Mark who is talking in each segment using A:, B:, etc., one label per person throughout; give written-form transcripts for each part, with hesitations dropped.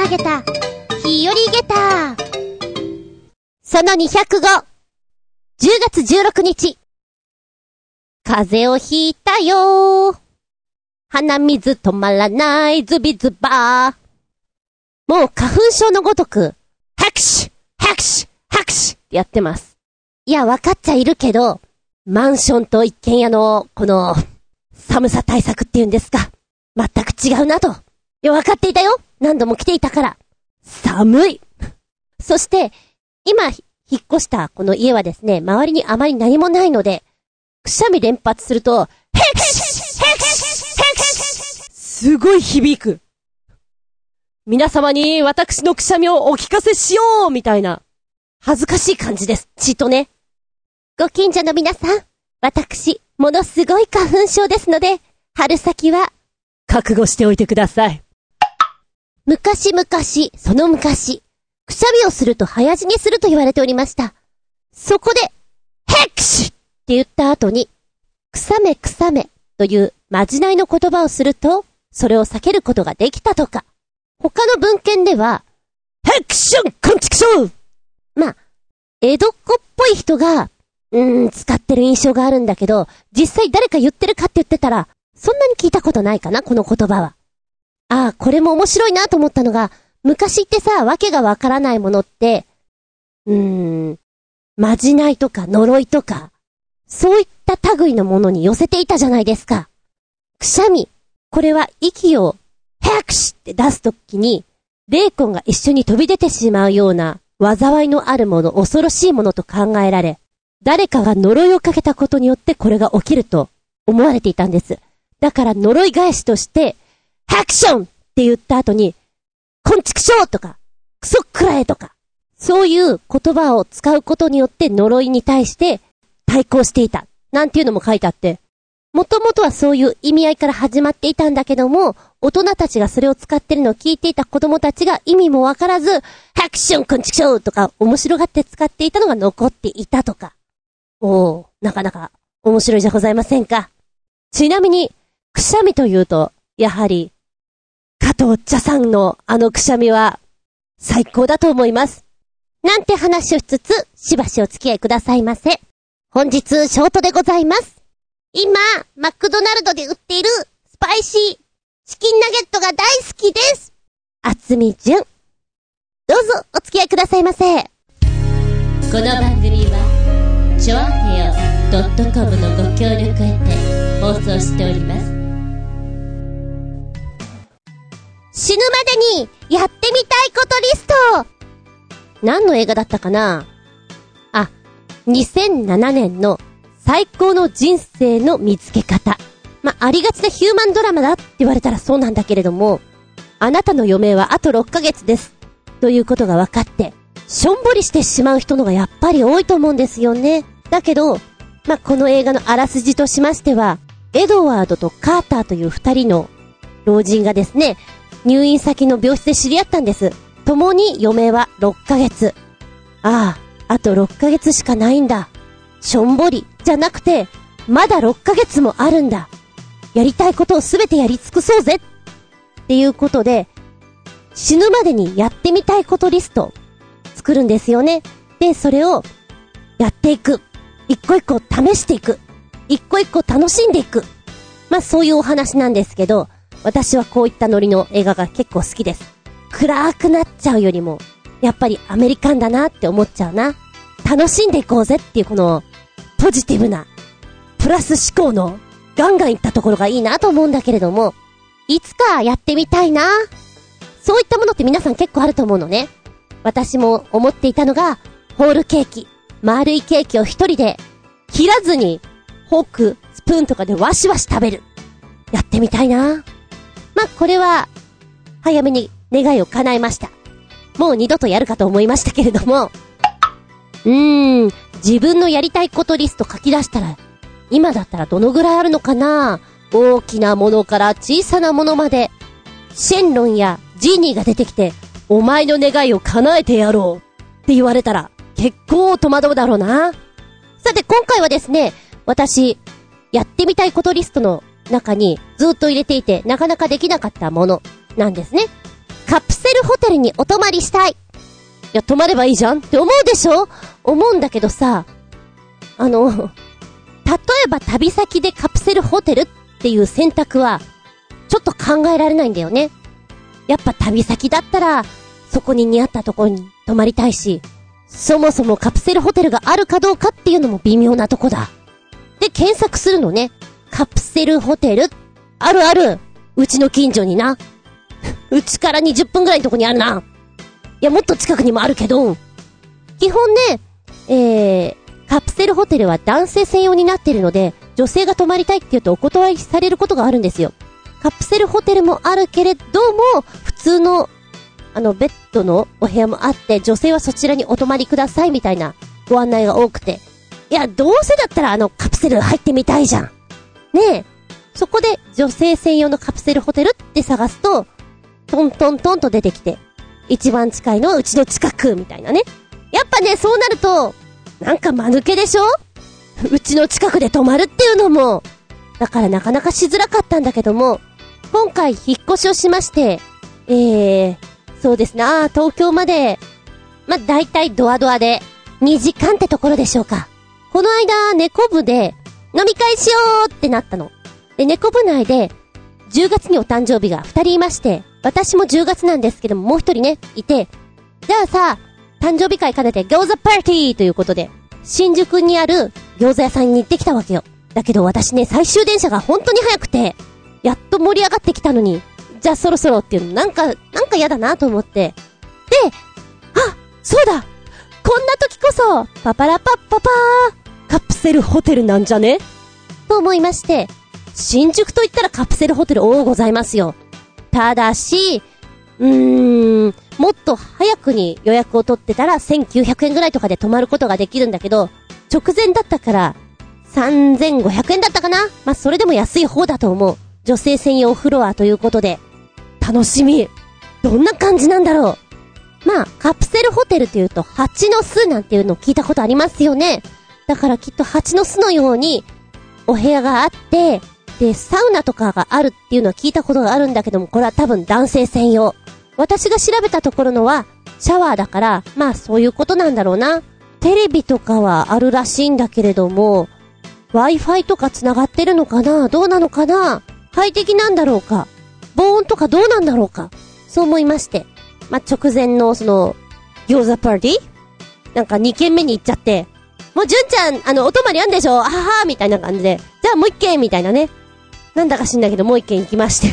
A: げた、日和げた。その205、10月16日。風邪をひいたよー。鼻水止まらないズビズバー。もう花粉症のごとく、拍手拍手拍手ってやってます。いや、わかっちゃいるけど、マンションと一軒家の、この、寒さ対策っていうんですか。全く違うなと。いや、わかっていたよ。何度も来ていたから。寒い。そして、今、引っ越したこの家はですね、周りにあまり何もないので、くしゃみ連発すると、ヘクシヘクシヘクシすごい響く。皆様に私のくしゃみをお聞かせしようみたいな、恥ずかしい感じです。ちっとね。ご近所の皆さん、私、ものすごい花粉症ですので、春先は、覚悟しておいてください。昔々、その昔、くしゃみをすると早死にすると言われておりました。そこで、ヘクシって言った後に、くさめくさめというまじないの言葉をすると、それを避けることができたとか。他の文献では、ヘクションコンチクション。まあ、江戸っ子っぽい人が、使ってる印象があるんだけど、実際誰か言ってるかって言ってたら、そんなに聞いたことないかな、この言葉は。ああ、これも面白いなと思ったのが、昔ってさ、わけがわからないものって、まじないとか呪いとか、そういった類のものに寄せていたじゃないですか。くしゃみ。これは息を、ヘクシって出すときに、霊魂が一緒に飛び出てしまうような、災いのあるもの、恐ろしいものと考えられ、誰かが呪いをかけたことによってこれが起きると思われていたんです。だから呪い返しとして、ハクションって言った後に、コンチクショーとか、クソくらえとか、そういう言葉を使うことによって呪いに対して対抗していた。なんていうのも書いてあって、もともとはそういう意味合いから始まっていたんだけども、大人たちがそれを使ってるのを聞いていた子供たちが意味もわからず、ハクションコンチクショーとか面白がって使っていたのが残っていたとか。おー、なかなか面白いじゃございませんか。ちなみに、くしゃみというと、やはり、加藤茶さんのあのくしゃみは、最高だと思います。なんて話をしつつ、しばしお付き合いくださいませ。本日、ショートでございます。今、マクドナルドで売っている、スパイシー、チキンナゲットが大好きです。厚み純。どうぞ、お付き合いくださいませ。この番組は、ちょあへよ .com のご協力へて放送しております。死ぬまでにやってみたいことリスト。何の映画だったかなあ、2007年の最高の人生の見つけ方。ありがちなヒューマンドラマだって言われたらそうなんだけれども、あなたの余命はあと6ヶ月です。ということが分かって、しょんぼりしてしまう人のがやっぱり多いと思うんですよね。だけど、この映画のあらすじとしましては、エドワードとカーターという二人の老人がですね、入院先の病室で知り合ったんです。共に余命は6ヶ月。あと6ヶ月しかないんだ。しょんぼりじゃなくて、まだ6ヶ月もあるんだ。やりたいことをすべてやり尽くそうぜっていうことで、死ぬまでにやってみたいことリスト作るんですよね。で、それをやっていく。一個一個試していく。一個一個楽しんでいく。そういうお話なんですけど、私はこういったノリの映画が結構好きです。暗くなっちゃうよりも、やっぱりアメリカンだなって思っちゃうな。楽しんでいこうぜっていうこの、ポジティブな、プラス思考の、ガンガンいったところがいいなと思うんだけれども、いつかやってみたいな。そういったものって皆さん結構あると思うのね。私も思っていたのが、ホールケーキ。丸いケーキを一人で、切らずに、フォーク、スプーンとかでワシワシ食べる。やってみたいな。これは、早めに願いを叶えました。もう二度とやるかと思いましたけれども。自分のやりたいことリスト書き出したら、今だったらどのぐらいあるのかな。大きなものから小さなものまで、シェンロンやジーニーが出てきて、お前の願いを叶えてやろうって言われたら、結構戸惑うだろうな。さて今回はですね、私、やってみたいことリストの中にずっと入れていて、なかなかできなかったものなんですね。 カプセルホテルにお泊まりしたい。いや、泊まればいいじゃんって思うでしょ？思うんだけどさ、例えば旅先でカプセルホテルっていう選択は、ちょっと考えられないんだよね。やっぱ旅先だったら、そこに似合ったところに泊まりたいし、そもそもカプセルホテルがあるかどうかっていうのも微妙なとこだ。で、検索するのね。カプセルホテルあるある。うちの近所にな。うちから20分ぐらいのとこにあるな。いや、もっと近くにもあるけど、基本ね、カプセルホテルは男性専用になっているので、女性が泊まりたいって言うとお断りされることがあるんですよ。カプセルホテルもあるけれども、普通の、ベッドのお部屋もあって、女性はそちらにお泊まりくださいみたいなご案内が多くて。いや、どうせだったらカプセル入ってみたいじゃん。ねえ。そこで女性専用のカプセルホテルって探すと、トントントンと出てきて、一番近いのはうちの近く、みたいなね。やっぱね、そうなると、なんか間抜けでしょ？うちの近くで泊まるっていうのも。だからなかなかしづらかったんだけども、今回引っ越しをしまして、そうですね、東京まで、だいたいドアドアで2時間ってところでしょうか。この間、猫部で飲み会しようってなったの。で、猫部内で、10月にお誕生日が2人いまして、私も10月なんですけども、もう1人ね、いて、じゃあさ、誕生日会兼ねて餃子パーティーということで、新宿にある餃子屋さんに行ってきたわけよ。だけど私ね、最終電車が本当に早くて、やっと盛り上がってきたのに、じゃあそろそろっていうの、なんか嫌だなと思って。で、そうだ！こんな時こそ、パパラパッパパー、カプセルホテルなんじゃね？と思いまして、新宿と言ったらカプセルホテルございますよ。ただし、もっと早くに予約を取ってたら1900円ぐらいとかで泊まることができるんだけど、直前だったから3500円だったかな？それでも安い方だと思う。女性専用フロアということで。楽しみ。どんな感じなんだろう。カプセルホテルっていうと蜂の巣なんていうのを聞いたことありますよね。だからきっと蜂の巣のようにお部屋があって、で、サウナとかがあるっていうのは聞いたことがあるんだけども、これは多分男性専用。私が調べたところのはシャワーだから、そういうことなんだろうな。テレビとかはあるらしいんだけれども、Wi-Fi とか繋がってるのかな？どうなのかな？快適なんだろうか？防音とかどうなんだろうか？そう思いまして。直前の餃子パーティー？なんか2軒目に行っちゃって、もう純ちゃん、お泊まりあんでしょ？ははみたいな感じで。じゃあもう1軒みたいなね。なんだか知んないけどもう1軒行きまして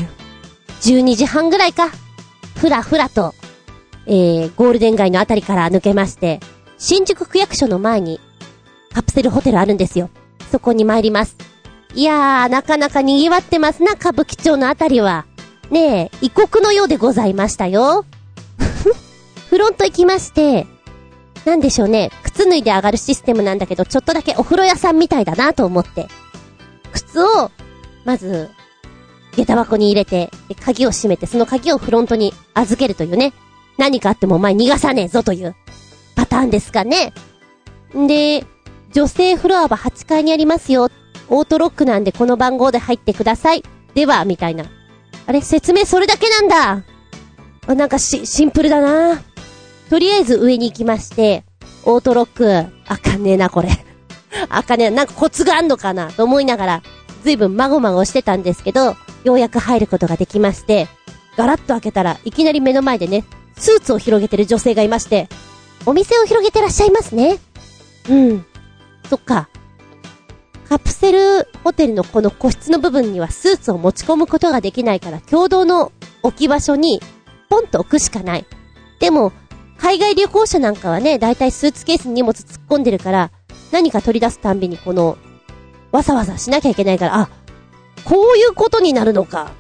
A: 。12時半ぐらいか。ふらふらと、ゴールデン街のあたりから抜けまして、新宿区役所の前にカプセルホテルあるんですよ。そこに参ります。いやー、なかなか賑わってますな、歌舞伎町のあたりは。ねえ、異国のようでございましたよ。フロント行きまして、なんでしょうね、靴脱いで上がるシステムなんだけど、ちょっとだけお風呂屋さんみたいだなと思って、靴を、まず、下駄箱に入れて、で、鍵を閉めて、その鍵をフロントに預けるというね、何かあってもお前逃がさねえぞというパターンですかね。で、女性フロアは8階にありますよ。オートロックなんでこの番号で入ってください。では、みたいな。あれ、説明それだけなんだ。なんかシンプルだな。とりあえず上に行きまして、オートロック、あかんねえな、これ。あかんねえな、なんかコツがあんのかな、と思いながら、ずいぶんまごまごしてたんですけど、ようやく入ることができまして、ガラッと開けたらいきなり目の前でね、スーツを広げてる女性がいまして、お店を広げてらっしゃいますね。そっか。カプセルホテルのこの個室の部分にはスーツを持ち込むことができないから、共同の置き場所にポンと置くしかない。でも、海外旅行者なんかはね、だいたいスーツケースに荷物突っ込んでるから、何か取り出すたんびにわさわさしなきゃいけないから、こういうことになるのか。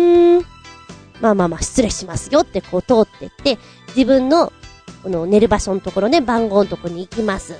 A: 失礼しますよって通ってって、自分の、寝る場所のところね、番号のところに行きます。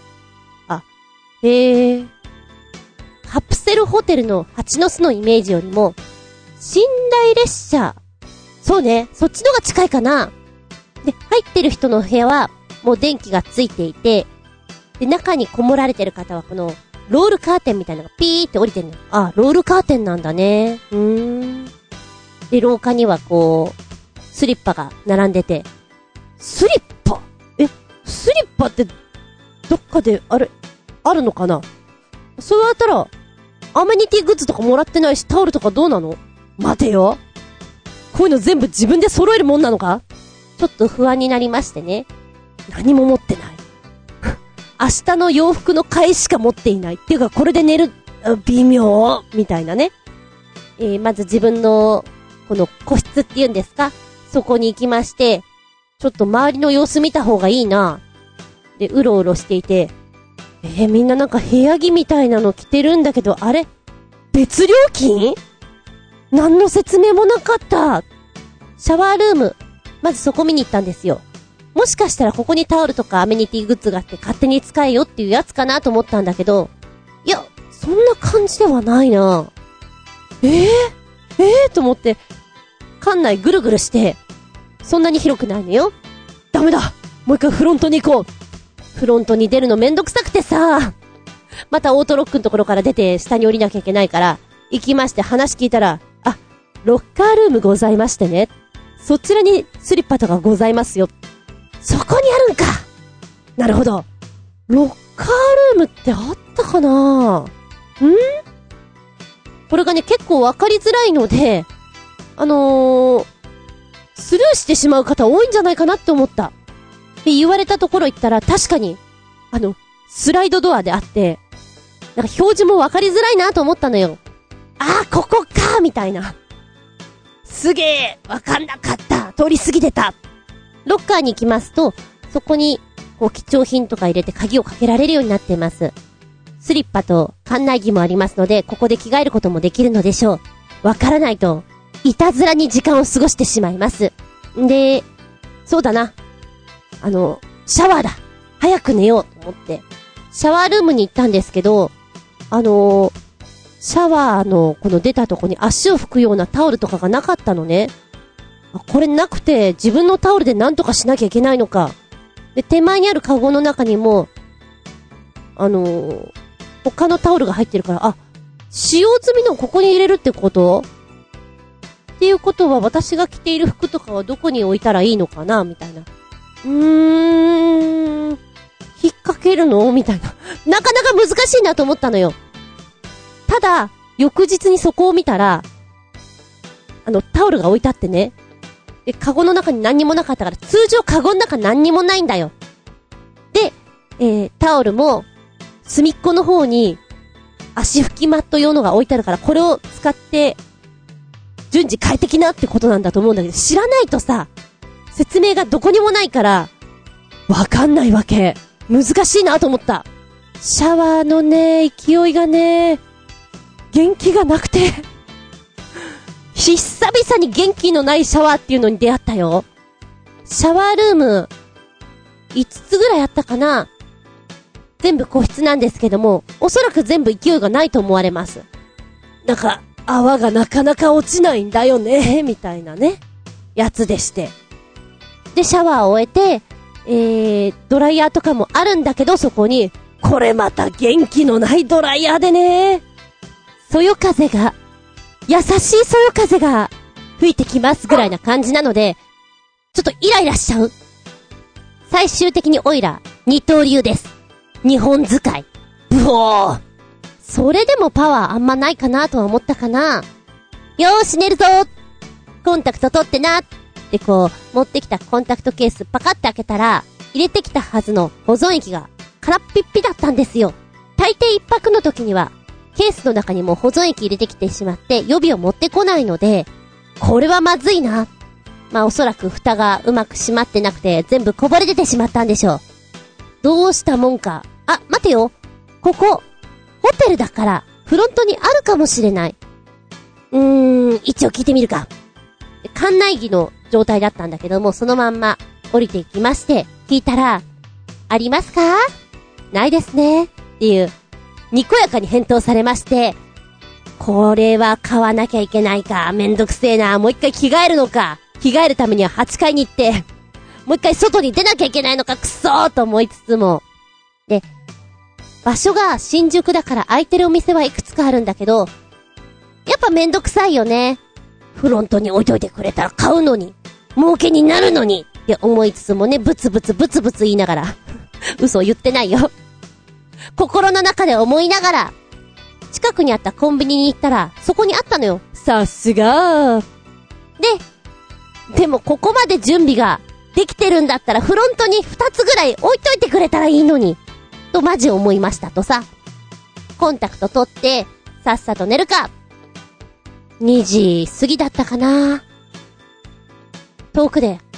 A: カプセルホテルの蜂の巣のイメージよりも、寝台列車。そうね、そっちのが近いかな。で、入ってる人の部屋は、もう電気がついていて、で、中にこもられてる方はロールカーテンみたいなのがピーって降りてるの。ロールカーテンなんだね。で、廊下にはスリッパが並んでて、スリッパってどっかであるのかな。そうやったらアメニティグッズとかもらってないし、タオルとかどうなの？待てよ、こういうの全部自分で揃えるもんなのか？ちょっと不安になりましてね。何も持ってない明日の洋服の替えしか持っていないっていうか、これで寝る微妙みたいなね。まず自分のこの個室っていうんですか、そこに行きまして、ちょっと周りの様子見た方がいいな。で、うろうろしていて、みんななんか部屋着みたいなの着てるんだけど、あれ？別料金？何の説明もなかった。シャワールーム、まずそこ見に行ったんですよ。もしかしたらここにタオルとかアメニティグッズがあって勝手に使えよっていうやつかなと思ったんだけど、いや、そんな感じではないな。と思って、館内ぐるぐるして、そんなに広くないのよ。ダメだ、もう一回フロントに行こう。フロントに出るのめんどくさくてさ、またオートロックのところから出て下に降りなきゃいけないから、行きまして話聞いたら、ロッカールームございましてね。そちらにスリッパとかございますよ。そこにあるんか。なるほど。ロッカールームってあったかな？これがね、結構わかりづらいので、スルーしてしまう方多いんじゃないかなって思った。で、言われたところ行ったら確かに、スライドドアであって、なんか表示もわかりづらいなと思ったのよ。ここかみたいな。すげえわかんなかった。通り過ぎてた。ロッカーに行きますと、そこにこう貴重品とか入れて鍵をかけられるようになっています。スリッパと館内着もありますので、ここで着替えることもできるのでしょう。わからないといたずらに時間を過ごしてしまいます。で、そうだな、シャワーだ、早く寝ようと思ってシャワールームに行ったんですけど、シャワーのこの出たとこに足を拭くようなタオルとかがなかったのね。これなくて自分のタオルで何とかしなきゃいけないのか。で、手前にあるカゴの中にも他のタオルが入ってるから、使用済みのここに入れるってことっていうことは、私が着ている服とかはどこに置いたらいいのかなみたいな。引っ掛けるのみたいな。なかなか難しいなと思ったのよ。ただ、翌日にそこを見たら、タオルが置いてあってね。で、カゴの中に何にもなかったから、通常カゴの中何にもないんだよ。で、タオルも、隅っこの方に、足拭きマット用のが置いてあるから、これを使って、順次快適なってことなんだと思うんだけど、知らないとさ、説明がどこにもないから、わかんないわけ。難しいなと思った。シャワーのね、勢いがね、元気がなくて久々に元気のないシャワーっていうのに出会ったよ。シャワールーム5つぐらいあったかな。全部個室なんですけども、おそらく全部勢いがないと思われます。なんか泡がなかなか落ちないんだよねみたいなねやつでして、でシャワーを終えて、ドライヤーとかもあるんだけど、そこにこれまた元気のないドライヤーでね、そよ風が、優しいそよ風が吹いてきますぐらいな感じなので、ちょっとイライラしちゃう。最終的にオイラ二刀流です。日本使い。ブオー。それでもパワーあんまないかなとは思ったかな。よーし寝るぞ。コンタクト取ってなってこう持ってきたコンタクトケースパカって開けたら、入れてきたはずの保存液が空っぴっぴだったんですよ。大抵一泊の時にはケースの中にも保存液入れてきてしまって予備を持ってこないので、これはまずいな。まあおそらく蓋がうまく閉まってなくて全部こぼれ出てしまったんでしょう。どうしたもんか。待てよ、ここホテルだからフロントにあるかもしれない。一応聞いてみるか。館内着の状態だったんだけども、そのまんま降りていきまして、聞いたら、ありますか？ないですねっていうにこやかに返答されまして、これは買わなきゃいけないか、めんどくせえな、もう一回着替えるのか、着替えるためには8階に行ってもう一回外に出なきゃいけないのか、くそーと思いつつも、で場所が新宿だから空いてるお店はいくつかあるんだけど、やっぱめんどくさいよね。フロントに置いといてくれたら買うのに。 儲けになるのにって思いつつもね、ブツブツ言いながら嘘を言ってないよ。心の中で思いながら、近くにあったコンビニに行ったら、そこにあったのよ。さすがでもここまで準備ができてるんだったら、フロントに2つぐらい置いといてくれたらいいのに、とマジ思いましたとさ。コンタクト取って、さっさと寝るか。2時過ぎだったかな。遠くで、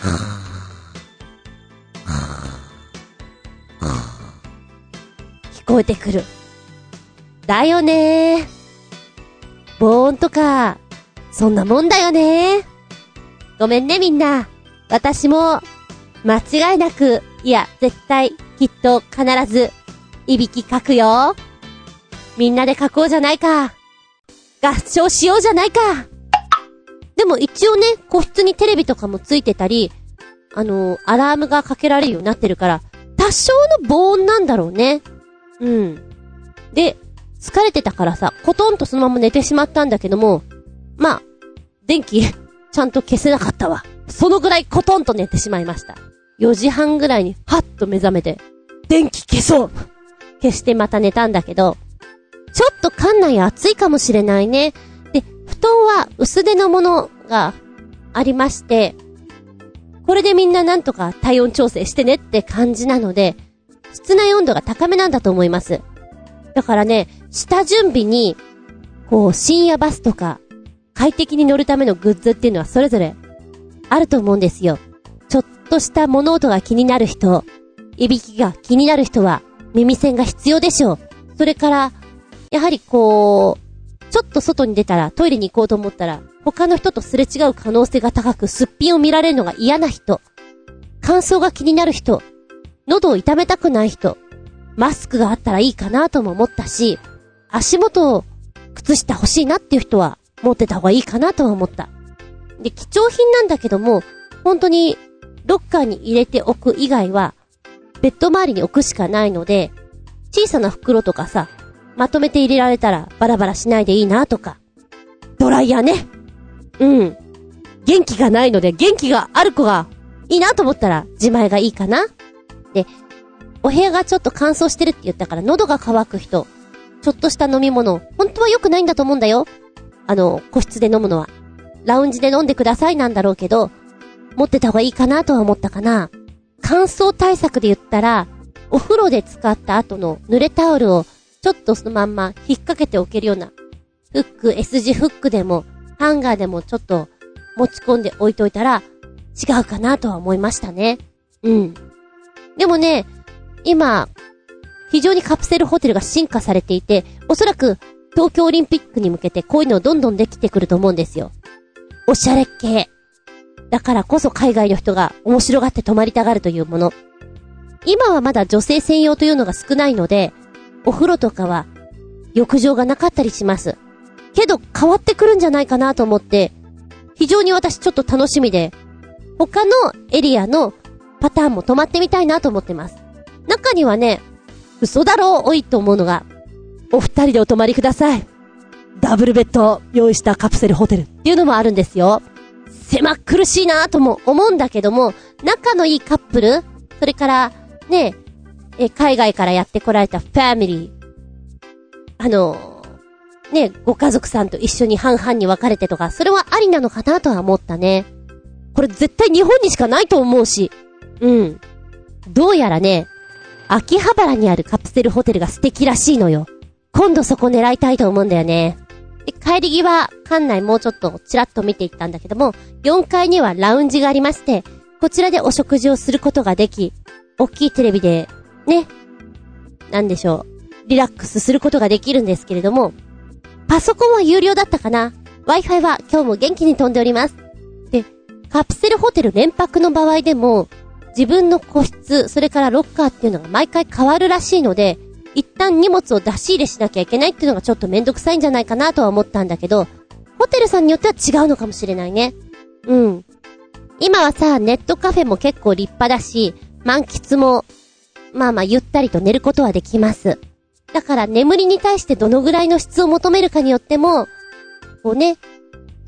A: 聞こえてくる。だよねー。防音とか、そんなもんだよねー。ごめんねみんな。私も、間違いなく、いや、絶対、きっと、必ず、いびきかくよ。みんなで書こうじゃないか。合唱しようじゃないか。でも一応ね、個室にテレビとかもついてたり、アラームがかけられるようになってるから、多少の防音なんだろうね。うん。で、疲れてたからさ、コトンとそのまま寝てしまったんだけども、まあ、電気、ちゃんと消せなかったわ。そのぐらいコトンと寝てしまいました。4時半ぐらいに、はっと目覚めて、電気消そう消してまた寝たんだけど、ちょっと館内暑いかもしれないね。で、布団は薄手のものがありまして、これでみんななんとか体温調整してねって感じなので、室内温度が高めなんだと思います。だからね、下準備に、こう深夜バスとか、快適に乗るためのグッズっていうのはそれぞれあると思うんですよ。ちょっとした物音が気になる人、いびきが気になる人は耳栓が必要でしょう。それから、やはりこう、ちょっと外に出たらトイレに行こうと思ったら、他の人とすれ違う可能性が高く、すっぴんを見られるのが嫌な人、乾燥が気になる人、喉を痛めたくない人、マスクがあったらいいかなとも思ったし、足元を靴下欲しいなっていう人は持ってた方がいいかなとは思った。で、貴重品なんだけども、本当にロッカーに入れておく以外は、ベッド周りに置くしかないので、小さな袋とかさ、まとめて入れられたらバラバラしないでいいなとか。ドライヤーね。うん。元気がないので、元気がある子がいいなと思ったら自前がいいかな。で、お部屋がちょっと乾燥してるって言ったから喉が渇く人、ちょっとした飲み物、本当は良くないんだと思うんだよ。個室で飲むのは。ラウンジで飲んでくださいなんだろうけど、持ってた方がいいかなとは思ったかな。乾燥対策で言ったら、お風呂で使った後の濡れタオルをちょっとそのまんま引っ掛けておけるようなフック、S 字フックでもハンガーでもちょっと持ち込んで置いといたら違うかなとは思いましたね。うん。でもね、今非常にカプセルホテルが進化されていて、おそらく東京オリンピックに向けてこういうのどんどんできてくると思うんですよ。おしゃれ系。だからこそ海外の人が面白がって泊まりたがるというもの。今はまだ女性専用というのが少ないので、お風呂とかは浴場がなかったりします。けど変わってくるんじゃないかなと思って、非常に私ちょっと楽しみで、他のエリアのパターンも泊まってみたいなと思ってます。中にはね、嘘だろう多いと思うのが、お二人でお泊まりください。ダブルベッドを用意したカプセルホテルっていうのもあるんですよ。狭苦しいなとも思うんだけども、仲のいいカップル、それからね、海外からやってこられたファミリー、ね、ご家族さんと一緒に半々に分かれてとか、それはありなのかなとは思ったね。これ絶対日本にしかないと思うし、うん。どうやらね、秋葉原にあるカプセルホテルが素敵らしいのよ。今度そこ狙いたいと思うんだよね。で、帰り際、館内もうちょっとちらっと見ていったんだけども、4階にはラウンジがありまして、こちらでお食事をすることができ、大きいテレビで、ね、なんでしょう、リラックスすることができるんですけれども、パソコンは有料だったかな？ Wi-Fi は今日も元気に飛んでおります。で、カプセルホテル連泊の場合でも、自分の個室、それからロッカーっていうのが毎回変わるらしいので、一旦荷物を出し入れしなきゃいけないっていうのがちょっとめんどくさいんじゃないかなとは思ったんだけど、ホテルさんによっては違うのかもしれないね。うん。今はさ、ネットカフェも結構立派だし、満喫も、まあまあゆったりと寝ることはできます。だから眠りに対してどのぐらいの質を求めるかによっても、こうね、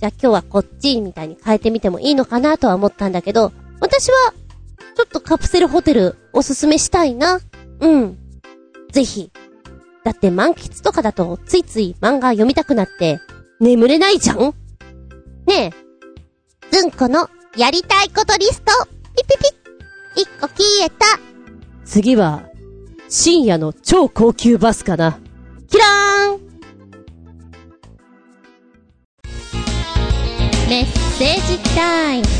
A: じゃあ今日はこっちみたいに変えてみてもいいのかなとは思ったんだけど、私はちょっとカプセルホテルおすすめしたいな。ぜひ。だって満喫とかだとついつい漫画読みたくなって眠れないじゃん。ねえ、ずんこのやりたいことリスト、ピピピ、1個消えた。
B: 次は深夜の超高級バスかな。
A: キラーン。メッセージタイム。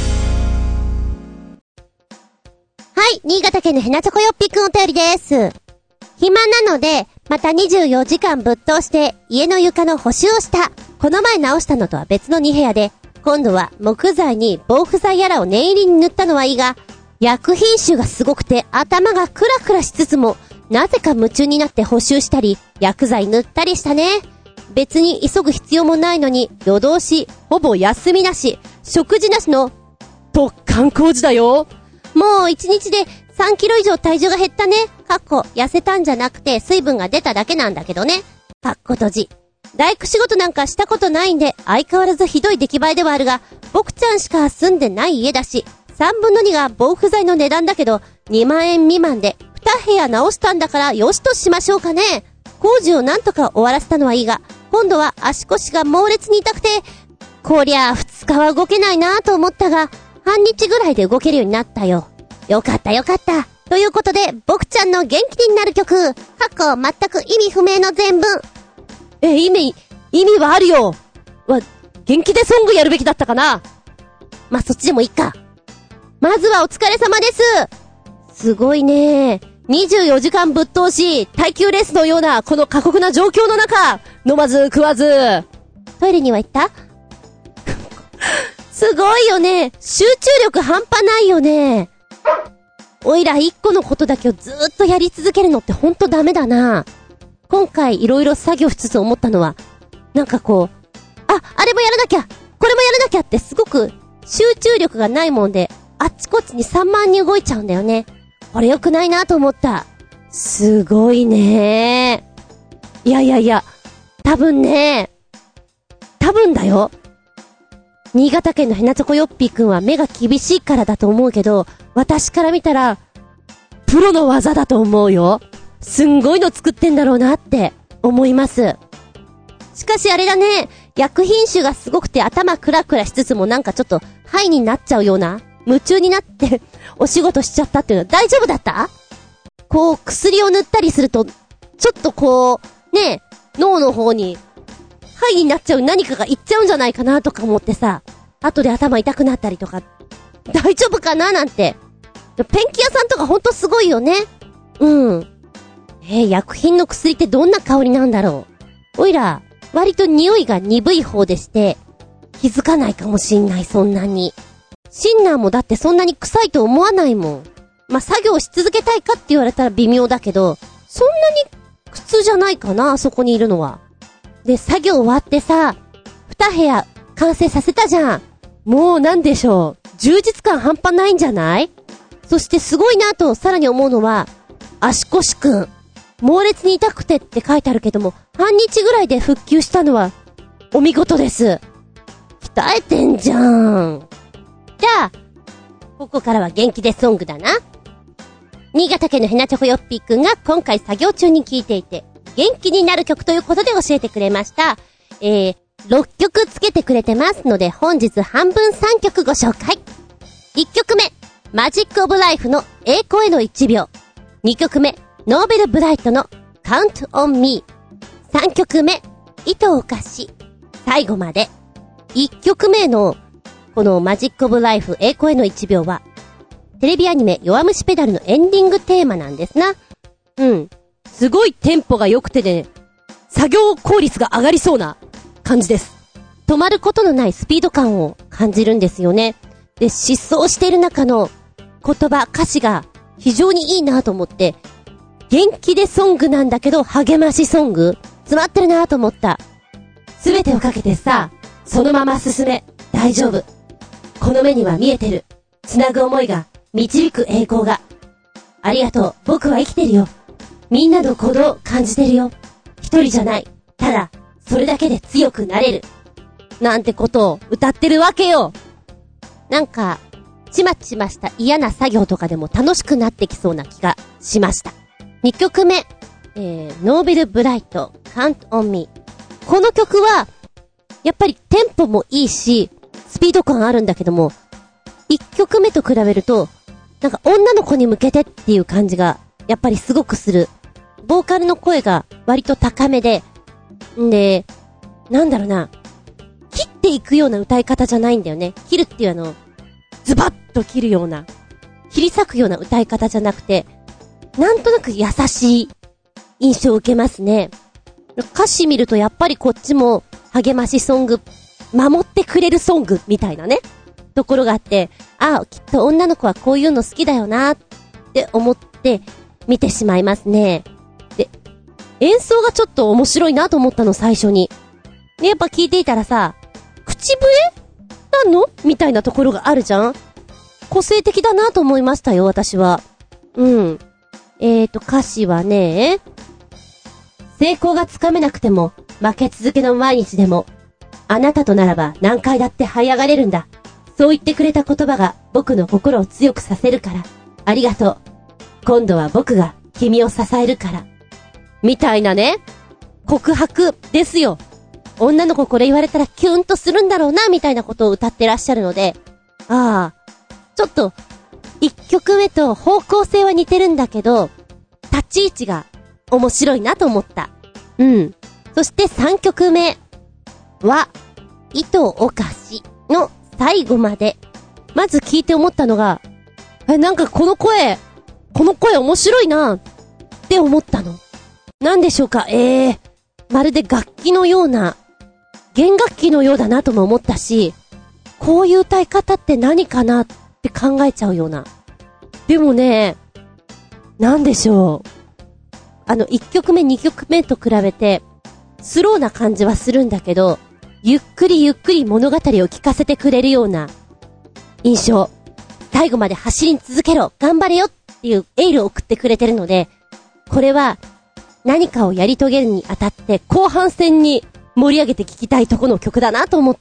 A: はい、新潟県のヘナチョコヨッピーくんお便りです。暇なので、また24時間ぶっ通して家の床の補修をした。この前直したのとは別の2部屋で、今度は木材に防腐剤やらを念入りに塗ったのはいいが、薬品臭がすごくて頭がクラクラしつつも、なぜか夢中になって補修したり、薬剤塗ったりしたね。別に急ぐ必要もないのに、夜通し、ほぼ休みなし、食事なしの突貫工事だよ。もう1日で3キロ以上体重が減ったね。痩せたんじゃなくて水分が出ただけなんだけどね。閉じ。大工仕事なんかしたことないんで、相変わらずひどい出来栄えではあるが、僕ちゃんしか住んでない家だし、3分の2が防腐剤の値段だけど、2万円未満で2部屋直したんだからよしとしましょうかね。工事をなんとか終わらせたのはいいが、今度は足腰が猛烈に痛くて、こりゃあ2日は動けないなぁと思ったが、半日ぐらいで動けるようになったよ。よかった。ということで、僕ちゃんの元気になる曲、全く意味不明の全文。
B: 意味はあるよ。元気でソングやるべきだったかな。
A: まあ、そっちでもいいか。まずはお疲れ様です。すごいね。24時間ぶっ通し、耐久レースのようなこの過酷な状況の中、飲まず食わず。トイレには行ったすごいよね。集中力半端ないよね。おいら一個のことだけをずーっとやり続けるのってほんとダメだな。今回いろいろ作業しつつ思ったのは、なんかこう、あれもやらなきゃ、これもやらなきゃってすごく集中力がないもんで、あっちこっちに散漫に動いちゃうんだよね。これ良くないなと思った。すごいね。いや、多分だよ。新潟県のヘナチョコヨッピーくんは目が厳しいからだと思うけど、私から見たら、プロの技だと思うよ。すんごいの作ってんだろうなって思います。しかしあれだね、薬品種がすごくて頭クラクラしつつもなんかちょっとハイになっちゃうような、夢中になってお仕事しちゃったっていうのは大丈夫だった？こう薬を塗ったりすると、ちょっとこう、ね、脳の方にハイになっちゃう何かがいっちゃうんじゃないかなとか思ってさ、後で頭痛くなったりとか、大丈夫かななんて。ペンキ屋さんとかほんとすごいよね。薬品の薬ってどんな香りなんだろう。おいら、割と匂いが鈍い方でして、気づかないかもしんない、そんなに。シンナーもだってそんなに臭いと思わないもん。まあ、作業し続けたいかって言われたら微妙だけど、そんなに苦痛じゃないかな、あそこにいるのは。で、作業終わってさ、2部屋完成させたじゃん。もうなんでしょう。充実感半端ないんじゃない？そしてすごいなとさらに思うのは、足腰くん。猛烈に痛くてって書いてあるけども、半日ぐらいで復旧したのは、お見事です。鍛えてんじゃん。じゃあ、ここからは元気でソングだな。新潟県のヘナチョコヨッピーくんが今回作業中に聴いていて、元気になる曲ということで教えてくれました。6曲つけてくれてますので、本日半分3曲ご紹介。1曲目、マジックオブライフの栄光への1秒。2曲目、ノーベルブライトの Count on Me。3曲目、糸を貸し。最後まで。1曲目の、このマジックオブライフ栄光への1秒は、テレビアニメ弱虫ペダルのエンディングテーマなんですな。
B: すごいテンポが良くてね、作業効率が上がりそうな感じです。
A: 止まることのないスピード感を感じるんですよね。で、疾走している中の言葉、歌詞が非常にいいなと思って、元気でソングなんだけど励ましソング詰まってるなと思った。すべてをかけてさ、そのまま進め、大丈夫。この目には見えてる。つなぐ思いが導く栄光が。ありがとう、僕は生きてるよ。みんなの鼓動感じてるよ。一人じゃない。ただ、それだけで強くなれる。 なんてことを歌ってるわけよ。なんか、ちまちました嫌な作業とかでも楽しくなってきそうな気がしました。2曲目、ノーベルブライト、Count on Me。この曲は、やっぱりテンポもいいし、スピード感あるんだけども、1曲目と比べると、なんか女の子に向けてっていう感じが、やっぱりすごくする。ボーカルの声が割と高めで、なんだろうな、切っていくような歌い方じゃないんだよね。切るっていうズバッと切るような、切り裂くような歌い方じゃなくて、なんとなく優しい印象を受けますね。歌詞見るとやっぱりこっちも励ましソング、守ってくれるソングみたいなね、ところがあって、きっと女の子はこういうの好きだよなって思って見てしまいますね。で、演奏がちょっと面白いなと思ったの、最初に。ね、やっぱ聞いていたらさ、口笛なのみたいなところがあるじゃん。個性的だなと思いましたよ、私は。歌詞はね、成功がつかめなくても負け続けの毎日でも、あなたとならば何回だって這い上がれるんだ。そう言ってくれた言葉が僕の心を強くさせるから。ありがとう。今度は僕が君を支えるから。みたいなね、告白ですよ。女の子これ言われたらキュンとするんだろうな、みたいなことを歌ってらっしゃるので、ちょっと、1曲目と方向性は似てるんだけど、立ち位置が面白いなと思った。そして3曲目は、糸おかしの最後まで。まず聞いて思ったのが、なんかこの声面白いなって思ったの。なんでしょうか、まるで楽器のような、弦楽器のようだなとも思ったし、こういう歌い方って何かなって考えちゃうような。でもね、なんでしょう。1曲目2曲目と比べて、スローな感じはするんだけど、ゆっくり物語を聞かせてくれるような印象。最後まで走り続けろ、頑張れよっていうエールを送ってくれてるので、これは何かをやり遂げるにあたって後半戦に盛り上げて聴きたいとこの曲だなと思った。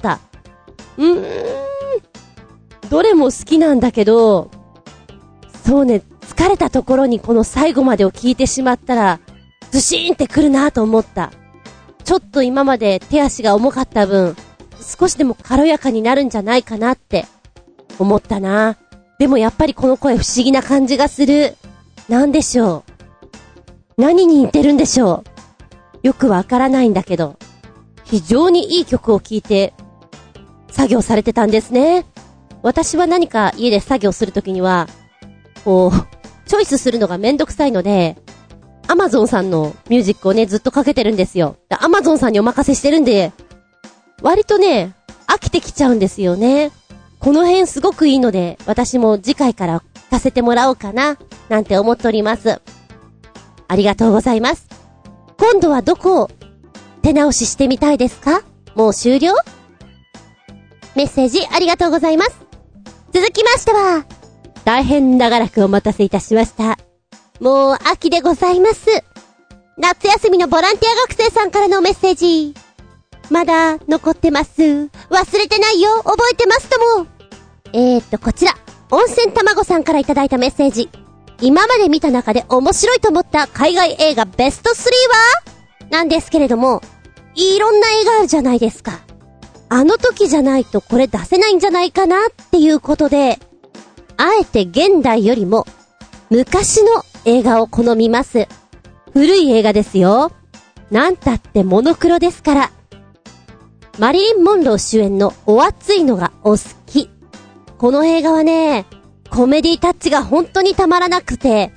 A: どれも好きなんだけど、そうね、疲れたところにこの最後までを聴いてしまったらズシーンってくるなと思った。ちょっと今まで手足が重かった分、少しでも軽やかになるんじゃないかなって思ったな。でもやっぱりこの声不思議な感じがする。なんでしょう。何に似てるんでしょう。よくわからないんだけど、非常にいい曲を聴いて作業されてたんですね。私は何か家で作業するときには、チョイスするのがめんどくさいので、Amazon さんのミュージックをね、ずっとかけてるんですよ。Amazon さんにお任せしてるんで、割とね、飽きてきちゃうんですよね。この辺すごくいいので、私も次回から聞かせてもらおうかな、なんて思っております。ありがとうございます。今度はどこを手直ししてみたいですか？もう終了？メッセージありがとうございます。続きましては、大変長らくお待たせいたしました。もう秋でございます。夏休みのボランティア学生さんからのメッセージ。まだ残ってます。忘れてないよ。覚えてますとも。こちら、温泉卵さんからいただいたメッセージ。今まで見た中で面白いと思った海外映画ベスト3はなんですけれども、いろんな映画あるじゃないですか。あの時じゃないとこれ出せないんじゃないかなっていうことで、あえて現代よりも昔の映画を好みます。古い映画ですよ。なんたってモノクロですから。マリリン・モンロー主演のお熱いのがお好き。この映画はね、コメディタッチが本当にたまらなくて、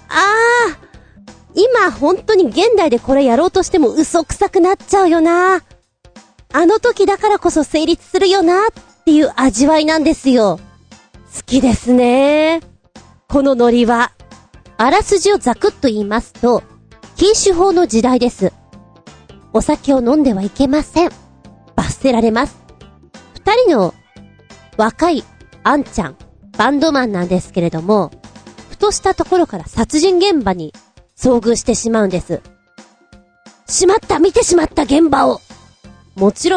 A: 今本当に現代でこれやろうとしても嘘くさくなっちゃうよな。あの時だからこそ成立するよなっていう味わいなんですよ。好きですね。このノリは。あらすじをざくっと言いますと、禁酒法の時代です。お酒を飲んではいけません。罰せられます。二人の若いあんちゃん、バンドマンなんですけれども、ふとしたところから殺人現場に遭遇してしまうんです。見てしまった現場を。もちろん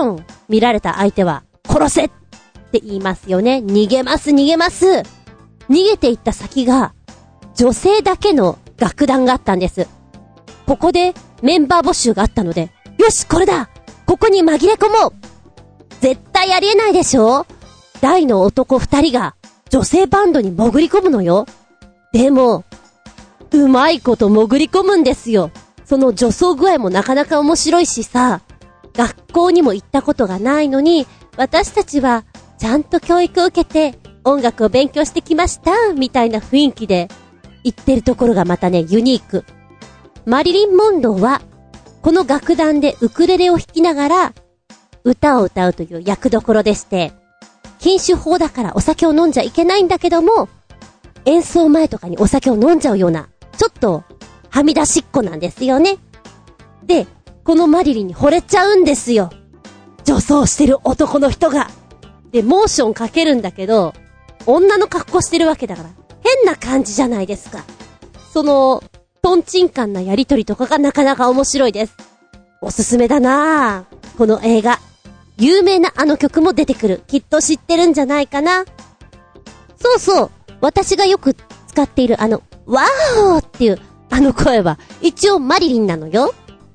A: 見られた相手は殺せって言いますよね。逃げます。逃げていった先が女性だけの楽団があったんです。ここでメンバー募集があったので、よしこれだ、ここに紛れ込もう。絶対ありえないでしょ。大の男2人が女性バンドに潜り込むのよ。でもうまいこと潜り込むんですよ。その女装具合もなかなか面白いしさ、学校にも行ったことがないのに、私たちはちゃんと教育を受けて音楽を勉強してきましたみたいな雰囲気で言ってるところがまたね、ユニーク。マリリン・モンローはこの楽団でウクレレを弾きながら歌を歌うという役どころでして、禁酒法だからお酒を飲んじゃいけないんだけども、演奏前とかにお酒を飲んじゃうようなちょっとはみ出しっこなんですよね。で、このマリリンに惚れちゃうんですよ、女装してる男の人が。で、モーションかけるんだけど、女の格好してるわけだから変な感じじゃないですか。そのトンチンカンなやりとりとかがなかなか面白いです。おすすめだなぁ、この映画。有名なあの曲も出てくる。きっと知ってるんじゃないかな。そうそう、私がよく使っているワーオっていうあの声は一応マリリンなのよ。ワー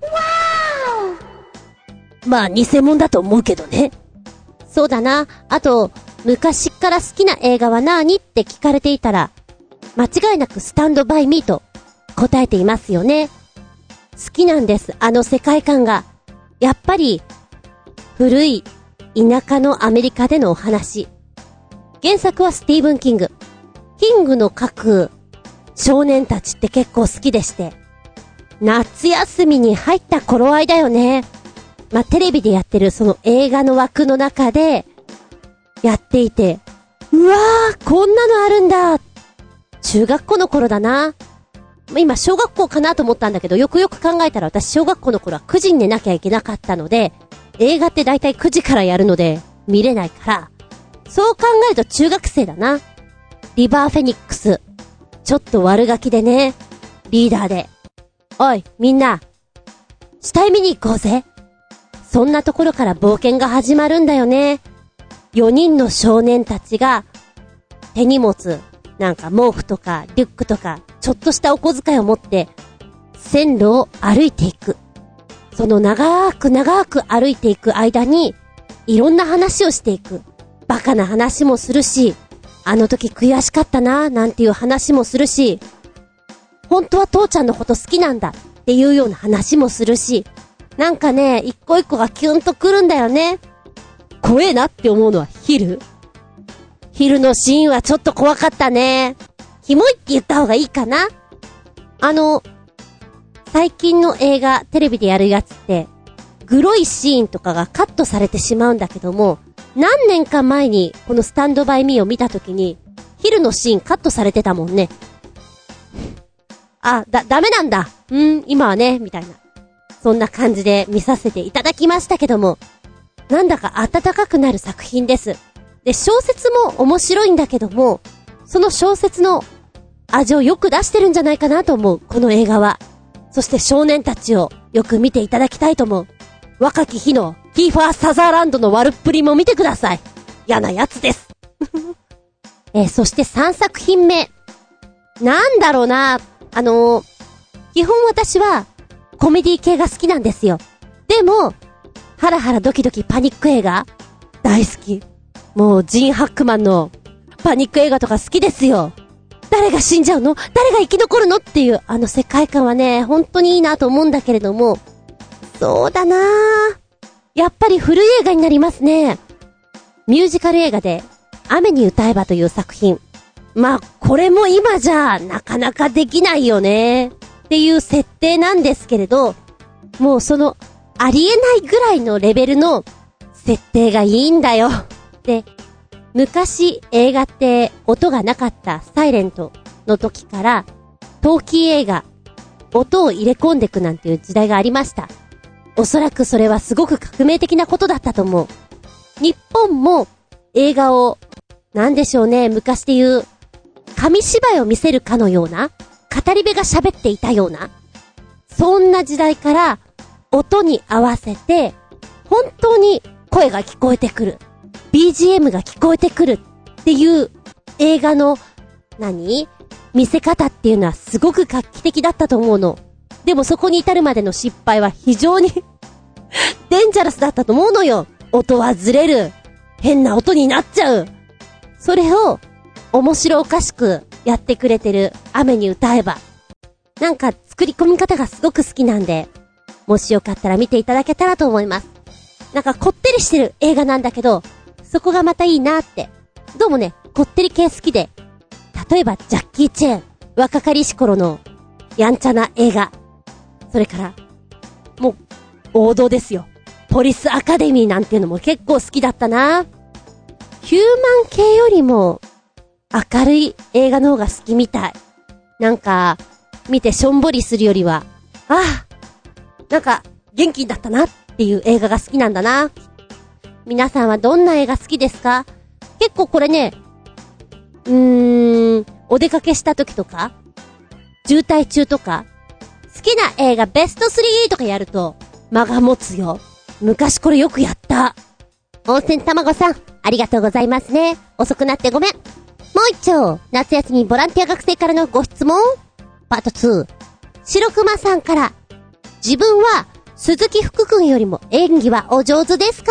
A: オ。まあ偽物だと思うけどね。そうだな。あと昔から好きな映画は何って聞かれていたら、間違いなくスタンドバイミーと答えていますよね。好きなんです、あの世界観が。やっぱり古い田舎のアメリカでのお話。原作はスティーブン・キング。キングの書く少年たちって結構好きでして、夏休みに入った頃合いだよね。まあ、テレビでやってるその映画の枠の中でやっていて、うわー、こんなのあるんだ。中学校の頃だな。今小学校かなと思ったんだけど、よくよく考えたら私小学校の頃は9時に寝なきゃいけなかったので、映画ってだいたい9時からやるので見れないから、そう考えると中学生だな。リバーフェニックス、ちょっと悪ガキでね、リーダーで、おいみんな死体見に行こうぜ。そんなところから冒険が始まるんだよね。4人の少年たちが手荷物、なんか毛布とかリュックとかちょっとしたお小遣いを持って線路を歩いていく。その長く歩いていく間にいろんな話をしていく。バカな話もするし、あの時悔しかったななんていう話もするし、本当は父ちゃんのこと好きなんだっていうような話もするし、なんかね、一個一個がキュンとくるんだよね。怖えなって思うのはヒルのシーンはちょっと怖かったね。キモいって言った方がいいかな。最近の映画、テレビでやるやつって、グロいシーンとかがカットされてしまうんだけども、何年か前にこのスタンドバイミーを見たときに、ヒルのシーンカットされてたもんね。ダメなんだ。今はね、みたいな。そんな感じで見させていただきましたけども、なんだか温かくなる作品です。で、小説も面白いんだけども、その小説の味をよく出してるんじゃないかなと思う、この映画は。そして少年たちをよく見ていただきたいと思う。若き日のキーファー・サザーランドの悪っぷりも見てください。嫌なやつです。そして3作品目。なんだろうな。基本私はコメディ系が好きなんですよ。でも、ハラハラドキドキパニック映画大好き。もうジン・ハックマンのパニック映画とか好きですよ。誰が死んじゃうの？誰が生き残るの？っていうあの世界観はね、本当にいいなと思うんだけれども、そうだなぁ。やっぱり古い映画になりますね。ミュージカル映画で雨に歌えばという作品。まあこれも今じゃなかなかできないよねっていう設定なんですけれど、もうそのありえないぐらいのレベルの設定がいいんだよ。で、昔映画って音がなかったサイレントの時からトーキー映画、音を入れ込んでくなんていう時代がありました。おそらくそれはすごく革命的なことだったと思う。日本も映画をなんでしょうね、昔で言う紙芝居を見せるかのような、語り部が喋っていたような、そんな時代から音に合わせて本当に声が聞こえてくる。BGM が聞こえてくるっていう映画の、見せ方っていうのはすごく画期的だったと思うの。でもそこに至るまでの失敗は非常にデンジャラスだったと思うのよ。音はずれる。変な音になっちゃう。それを面白おかしくやってくれてる雨に歌えば。なんか作り込み方がすごく好きなんで、もしよかったら見ていただけたらと思います。なんかこってりしてる映画なんだけど、そこがまたいいなって。どうもね、こってり系好きで。例えばジャッキー・チェーン、若かりし頃のやんちゃな映画。それから、もう王道ですよ。ポリスアカデミーなんていうのも結構好きだったな。ヒューマン系よりも明るい映画の方が好きみたい。なんか、見てしょんぼりするよりは、なんか元気になったなっていう映画が好きなんだな。皆さんはどんな映画好きですか？結構これね、お出かけした時とか、渋滞中とか、好きな映画ベスト3とかやると間が持つよ。昔これよくやった。温泉卵さん、ありがとうございますね。遅くなってごめん。もう一丁、夏休みボランティア学生からのご質問。パート2。白熊さんから、自分は鈴木福君よりも演技はお上手ですか？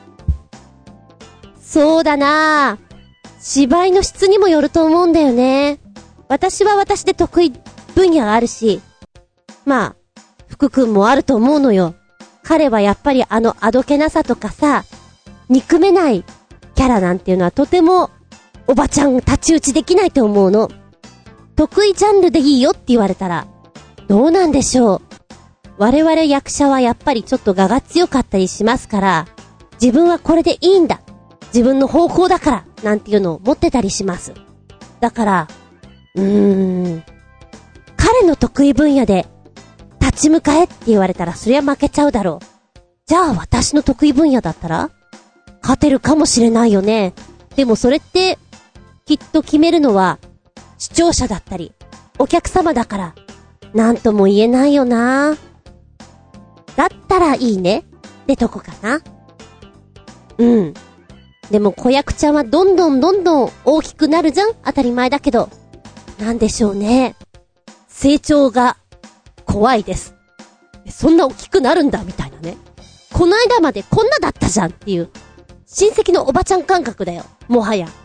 A: そうだなぁ。芝居の質にもよると思うんだよね。私は私で得意分野があるし、まあ、福君もあると思うのよ。彼はやっぱりあどけなさとかさ、憎めないキャラなんていうのはとてもおばちゃん太刀打ちできないと思うの。得意ジャンルでいいよって言われたらどうなんでしょう。我々役者はやっぱりちょっと我が強かったりしますから、自分はこれでいいんだ、自分の方向だからなんていうのを持ってたりします。だから彼の得意分野で立ち向かえって言われたらそりゃ負けちゃうだろう。じゃあ私の得意分野だったら勝てるかもしれないよね。でもそれってきっと決めるのは視聴者だったりお客様だから、なんとも言えないよな。だったらいいねってとこかな。でも子役ちゃんはどんどん大きくなるじゃん。当たり前だけど、なんでしょうね、成長が怖いです。そんな大きくなるんだみたいなね。この間までこんなだったじゃんっていう親戚のおばちゃん感覚だよ、もはや。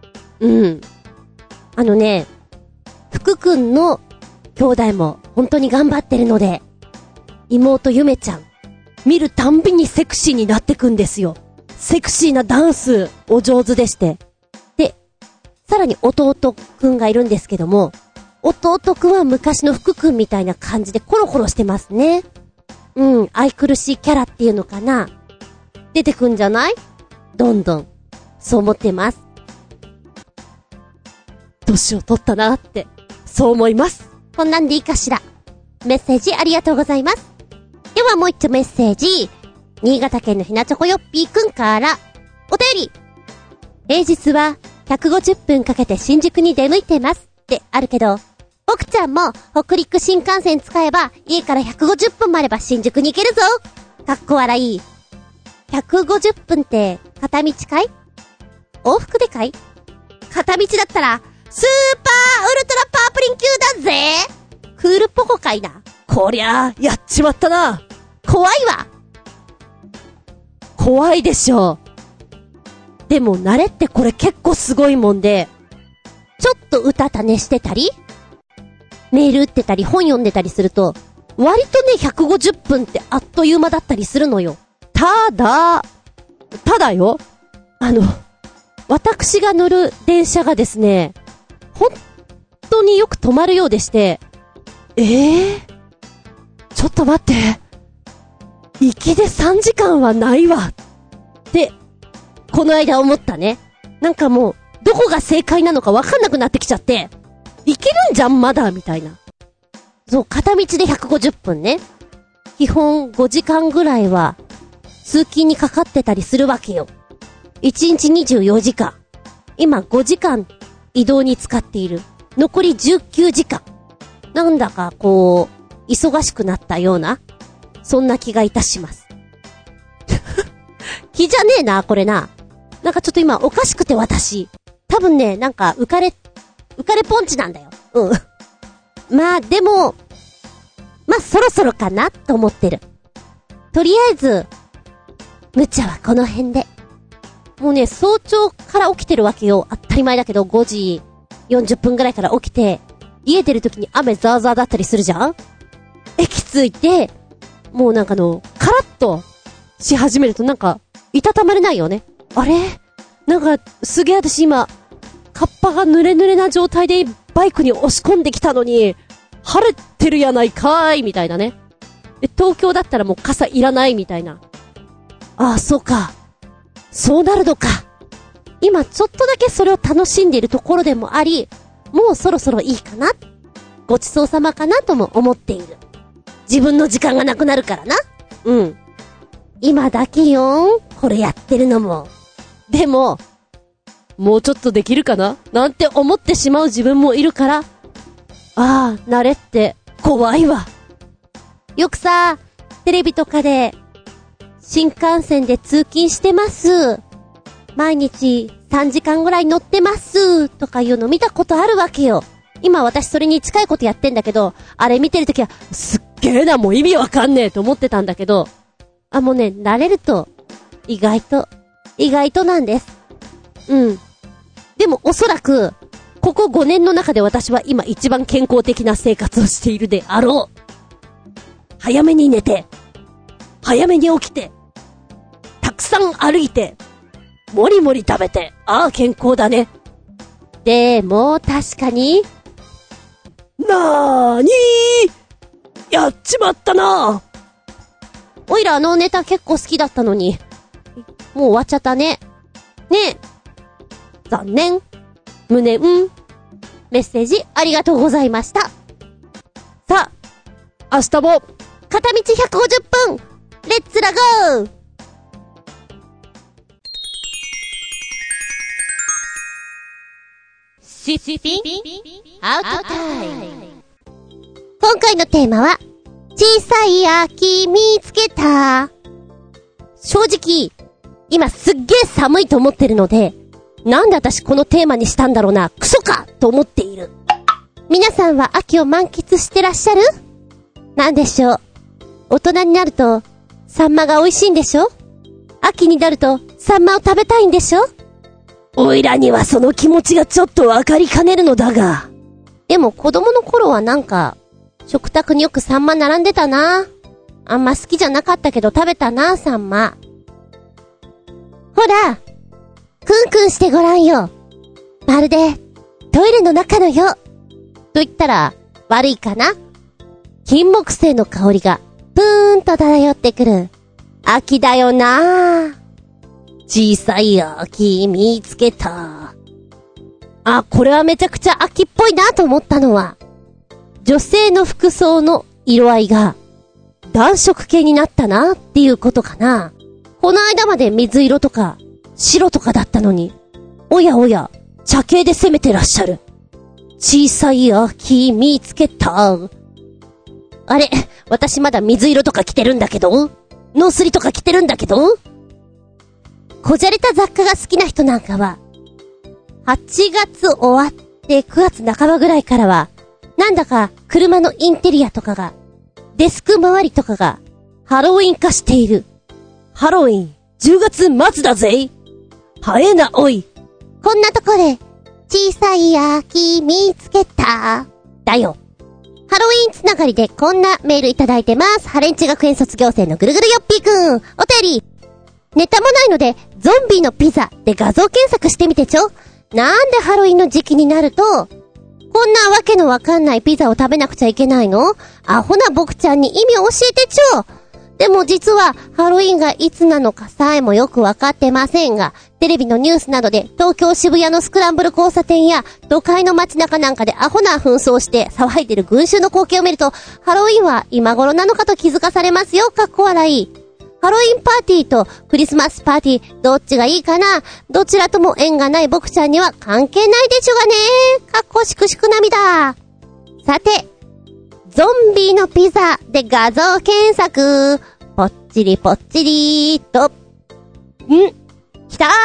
A: 福くんの兄弟も本当に頑張ってるので、妹ゆめちゃん見るたんびにセクシーになってくんですよ。セクシーなダンスお上手でして、でさらに弟くんがいるんですけども、弟くんは昔の福くんみたいな感じでコロコロしてますね。愛くるしいキャラっていうのかな、出てくんじゃない？どんどんそう思ってます。年を取ったなってそう思います。こんなんでいいかしら。メッセージありがとうございます。ではもう一丁メッセージ。新潟県のひなチョコよっぴーくんからお便り。平日は150分かけて新宿に出向いてますってあるけど、奥ちゃんも北陸新幹線使えば家から150分もあれば新宿に行けるぞ。かっこ笑い。150分って片道かい？往復でかい？片道だったらスーパーウルトラパープリン級だぜ。クールポコかいな。こりゃあやっちまったな。怖いわ。怖いでしょ。でも慣れってこれ結構すごいもんで、ちょっと歌種してたりメール打ってたり本読んでたりすると割とね150分ってあっという間だったりするのよ。ただよ、私が乗る電車がですね、本当によく止まるようでして、ちょっと待って、行きで3時間はないわってこの間思ったね。なんかもうどこが正解なのかわかんなくなってきちゃって、行けるんじゃんまだみたいな。そう、片道で150分ね。基本5時間ぐらいは通勤にかかってたりするわけよ。1日24時間。今5時間移動に使っている。残り19時間。なんだかこう忙しくなったような、そんな気がいたします。 気じゃねえな、これな。なんかちょっと今おかしくて私。多分ね、なんか浮かれポンチなんだよ。うん。まあでも、まあそろそろかなと思ってる。とりあえず、無茶はこの辺で。もうね、早朝から起きてるわけよ。当たり前だけど、5時40分ぐらいから起きて、家出るときに雨ザーザーだったりするじゃん？駅着いて、もうなんかカラッとし始めるとなんか、いたたまれないよね。あれ？なんか、すげえ私今、カッパが濡れ濡れな状態でバイクに押し込んできたのに、晴れてるやないかーいみたいなね。で、東京だったらもう傘いらないみたいな。ああ、そうか。そうなるのか。今ちょっとだけそれを楽しんでいるところでもあり、もうそろそろいいかな。ごちそうさまかなとも思っている。自分の時間がなくなるからな。うん。今だけよーん。これやってるのも。でも、もうちょっとできるかななんて思ってしまう自分もいるから、ああ、慣れって怖いわ。よくさ、テレビとかで、新幹線で通勤してます。毎日3時間ぐらい乗ってます。とかいうの見たことあるわけよ。今私それに近いことやってんだけど、あれ見てるときは、すっげーな、もう意味わかんねえと思ってたんだけど、もうね、慣れると、意外となんです。うん。でもおそらく、ここ5年の中で私は今一番健康的な生活をしているであろう。早めに寝て、早めに起きて、たくさん歩いて、もりもり食べて、ああ健康だね。でも確かに、なーにーやっちまったな。おいらネタ結構好きだったのに、もう終わっちゃったね。ねえ。残念。無念。メッセージありがとうございました。さあ、明日も、片道150分、レッツラゴー。シッピンアウトタイム。今回のテーマは、小さい秋見つけた。正直、今すっげー寒いと思ってるので、なんで私このテーマにしたんだろうな、クソかと思っている。皆さんは秋を満喫してらっしゃる？なんでしょう。大人になると、サンマが美味しいんでしょ？秋になると、サンマを食べたいんでしょ？おいらにはその気持ちがちょっとわかりかねるのだが。でも子供の頃はなんか、食卓によくサンマ並んでたな。あんま好きじゃなかったけど食べたな、サンマ。ほら、クンクンしてごらんよ。まるで、トイレの中のよ。と言ったら、悪いかな？金木犀の香りが、ぷーんと漂ってくる。秋だよな。小さい秋見つけた。あ、これはめちゃくちゃ秋っぽいなと思ったのは、女性の服装の色合いが、暖色系になったなっていうことかな。この間まで水色とか、白とかだったのに、おやおや、茶系で攻めてらっしゃる。小さい秋見つけた。あれ、私まだ水色とか着てるんだけど？ノースリとか着てるんだけど？こじゃれた雑貨が好きな人なんかは、8月終わって9月半ばぐらいからは、なんだか車のインテリアとかが、デスク周りとかが、ハロウィン化している。ハロウィン、10月末だぜ。早えな、おい。こんなとこで、小さい秋見つけた。だよ。ハロウィンつながりでこんなメールいただいてます。ハレンチ学園卒業生のぐるぐるよっぴーくん。お便り。ネタもないので、ゾンビのピザで画像検索してみてちょ。なんでハロウィンの時期になると、こんなわけのわかんないピザを食べなくちゃいけないの？アホな僕ちゃんに意味を教えてちょ。でも実はハロウィンがいつなのかさえもよくわかってませんが、テレビのニュースなどで東京渋谷のスクランブル交差点や都会の街中なんかでアホな紛争して騒いでる群衆の光景を見ると、ハロウィンは今頃なのかと気づかされますよ。かっこ笑い。ハロウィンパーティーとクリスマスパーティーどっちがいいかな？どちらとも縁がない僕ちゃんには関係ないでしょがね。かっこしくしく涙。さて、ゾンビのピザで画像検索。ぽっちりぽっちりーと。 来た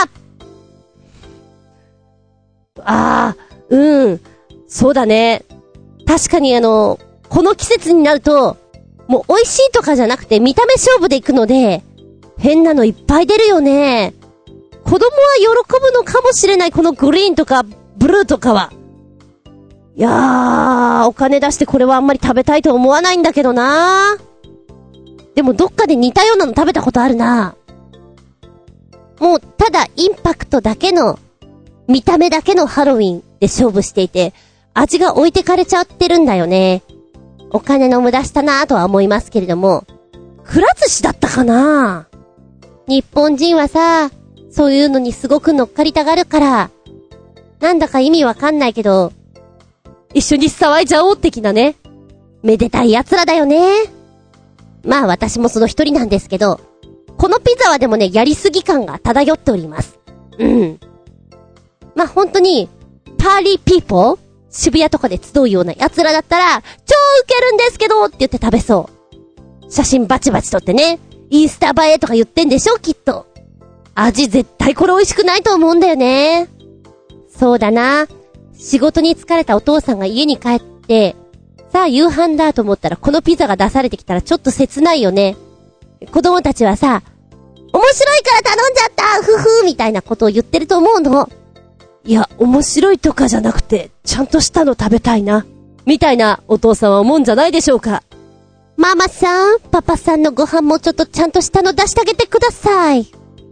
A: ー。そうだね。確かにこの季節になると、もう美味しいとかじゃなくて見た目勝負で行くので、変なのいっぱい出るよね。子供は喜ぶのかもしれない、このグリーンとかブルーとかは。いやー、お金出してこれはあんまり食べたいと思わないんだけどな。でもどっかで似たようなの食べたことあるな。もうただインパクトだけの、見た目だけのハロウィンで勝負していて、味が置いてかれちゃってるんだよね。お金の無駄したなぁとは思いますけれども、くら寿司だったかな。日本人はさ、そういうのにすごく乗っかりたがるから、なんだか意味わかんないけど、一緒に騒いじゃおう的なね、めでたい奴らだよね。まあ私もその一人なんですけど、このピザはでもね、やりすぎ感が漂っております。まあ本当に、パーリーピーポー？渋谷とかで集うような奴らだったら、超ウケるんですけどって言って食べそう。写真バチバチ撮ってね、インスタ映えとか言ってんでしょ、きっと。味絶対これ美味しくないと思うんだよね。そうだな。仕事に疲れたお父さんが家に帰って、さあ夕飯だと思ったらこのピザが出されてきたらちょっと切ないよね。子供たちはさ、面白いから頼んじゃったふふみたいなことを言ってると思うの。いや、面白いとかじゃなくて、ちゃんとしたの食べたいな。みたいなお父さんは思うんじゃないでしょうか。ママさん、パパさんのご飯もちょっとちゃんとしたの出してあげてください。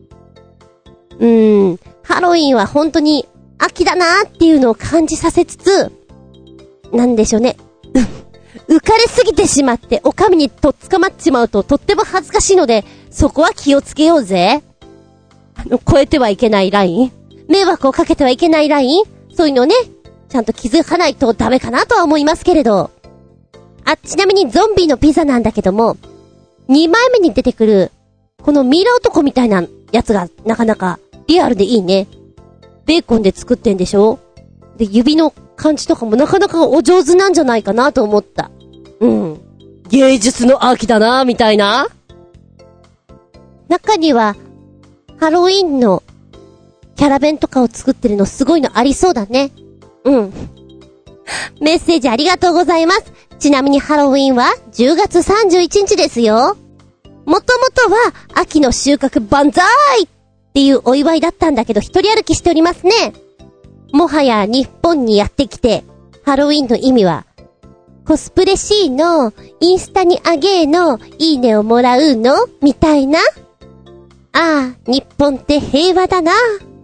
A: ハロウィンは本当に秋だなーっていうのを感じさせつつ、なんでしょうね。浮かれすぎてしまって、お上にとっ捕まっちまうととっても恥ずかしいので、そこは気をつけようぜ。超えてはいけないライン、迷惑をかけてはいけないライン、そういうのね、ちゃんと気づかないとダメかなとは思いますけれど。ちなみにゾンビのピザなんだけども、2枚目に出てくる、このミイラ男みたいなやつがなかなかリアルでいいね。ベーコンで作ってんでしょ？で、指の感じとかもなかなかお上手なんじゃないかなと思った。芸術の秋だなみたいな。中には、ハロウィンのキャラ弁とかを作ってるのすごいのありそうだね。メッセージありがとうございます。ちなみにハロウィンは10月31日ですよ。もともとは秋の収穫万歳っていうお祝いだったんだけど一人歩きしておりますね。もはや日本にやってきて、ハロウィンの意味は、コスプレしーの、インスタにあげーの、いいねをもらうのみたいな。日本って平和だな。はい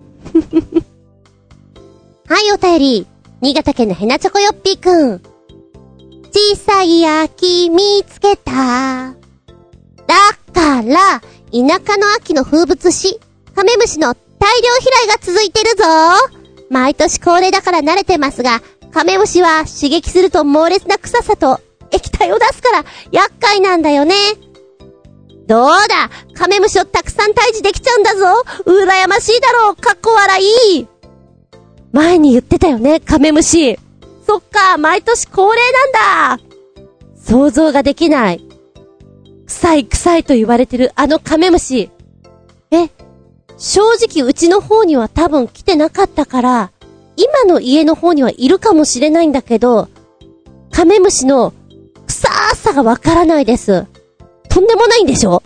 A: 、お便り。新潟県のヘナチョコヨッピーくん。小さい秋見つけた。だから、田舎の秋の風物詩、カメムシの大量飛来が続いてるぞ。毎年恒例だから慣れてますが、カメムシは刺激すると猛烈な臭さと液体を出すから厄介なんだよね。どうだ、カメムシをたくさん退治できちゃうんだぞ。羨ましいだろう、かっこ笑い。前に言ってたよね、カメムシ。そっか、毎年恒例なんだ。想像ができない。臭いと言われてるあのカメムシ。正直うちの方には多分来てなかったから、今の家の方にはいるかもしれないんだけど、カメムシの臭さがわからないです。とんでもないんでしょ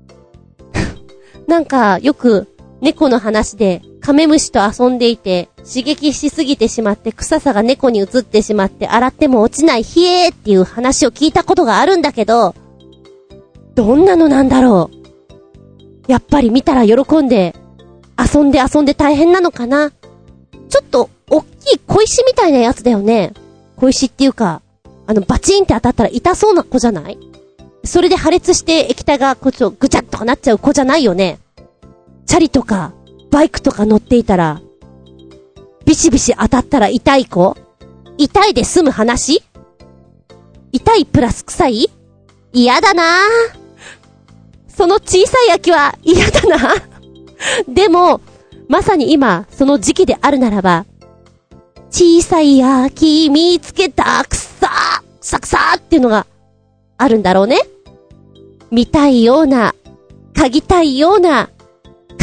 A: なんかよく猫の話でカメムシと遊んでいて刺激しすぎてしまって臭さが猫に移ってしまって洗っても落ちない冷えっていう話を聞いたことがあるんだけど、どんなのなんだろう。やっぱり見たら喜んで遊んで大変なのかな。ちょっと大きい小石みたいなやつだよね。小石っていうかバチンって当たったら痛そうな子じゃない？それで破裂して液体がこっちをぐちゃっとかなっちゃう子じゃないよね。チャリとかバイクとか乗っていたらビシビシ当たったら痛い子？痛いで済む話？痛いプラス臭い？嫌だなぁ。その小さい秋は嫌だなでもまさに今その時期であるならば、小さい秋見つけたくさっていうのがあるんだろうね。見たいような嗅ぎたいような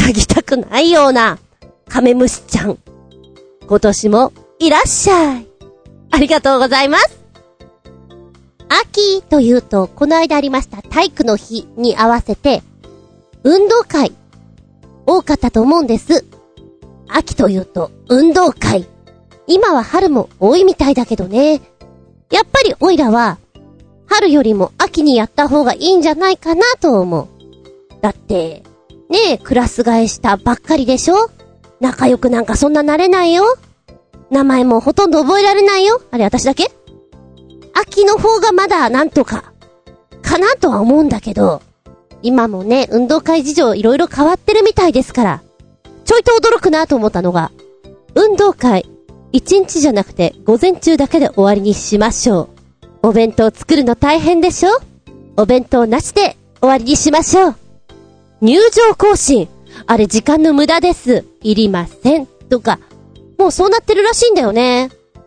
A: 嗅ぎたくないようなカメムシちゃん。今年もいらっしゃい。ありがとうございます。秋というと、この間ありました体育の日に合わせて、運動会、多かったと思うんです。秋というと、運動会。今は春も多いみたいだけどね。やっぱりオイラは、春よりも秋にやった方がいいんじゃないかなと思う。だって、ねえ、クラス替えしたばっかりでしょ？仲良くなんかそんななれないよ。名前もほとんど覚えられないよ。あれ私だけ？秋の方がまだなんとか、かなとは思うんだけど、今もね、運動会事情いろいろ変わってるみたいですから、ちょいと驚くなと思ったのが、運動会、1日じゃなくて午前中だけで終わりにしましょう。お弁当作るの大変でしょ？お弁当なしで終わりにしましょう。入場行進、あれ時間の無駄です。いりません。とか、もうそうなってるらしいんだよね。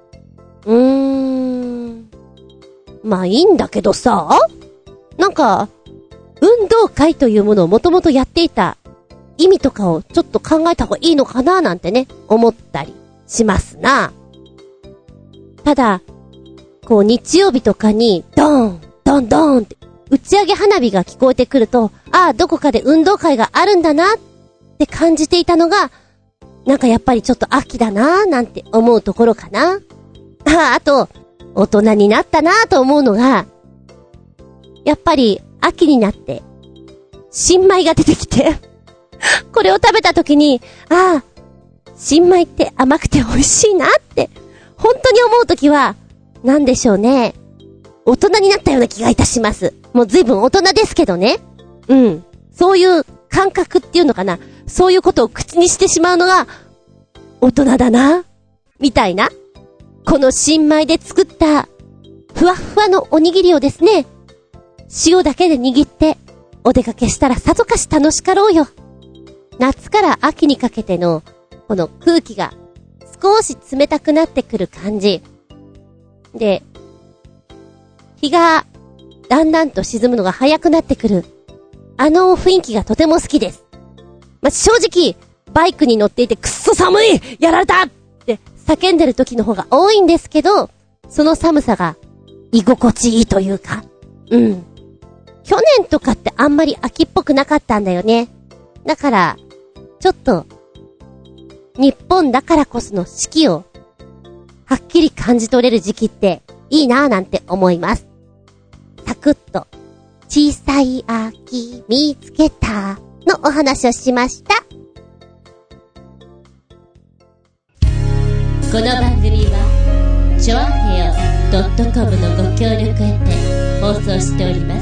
A: まあいいんだけどさ、なんか、運動会というものをもともとやっていた意味とかをちょっと考えた方がいいのかななんてね、思ったりしますな。ただ、こう日曜日とかにドーン、ドンドーンって打ち上げ花火が聞こえてくると、ああ、どこかで運動会があるんだなって感じていたのが、なんかやっぱりちょっと秋だなーなんて思うところかな。あと、大人になったなーと思うのが、やっぱり秋になって、新米が出てきて、これを食べた時に、ああ、新米って甘くて美味しいなって、本当に思う時は、なんでしょうね。大人になったような気がいたします。もう随分大人ですけどね。うん。そういう感覚っていうのかな。そういうことを口にしてしまうのが、大人だな。みたいな。この新米で作った、ふわふわのおにぎりをですね、塩だけで握って、お出かけしたらさぞかし楽しかろうよ。夏から秋にかけての、この空気が少し冷たくなってくる感じ。で、日がだんだんと沈むのが早くなってくる。あの雰囲気がとても好きです。まあ、正直、バイクに乗っていてくっそ寒い！やられた！って叫んでる時の方が多いんですけど、その寒さが居心地いいというか。うん。去年とかってあんまり秋っぽくなかったんだよね。だから、ちょっと、日本だからこその四季を、はっきり感じ取れる時期っていいなぁなんて思います。サクッと、小さい秋見つけたのお話をしました。この番組は、ちょあへよ .com のご協力へて放送しております。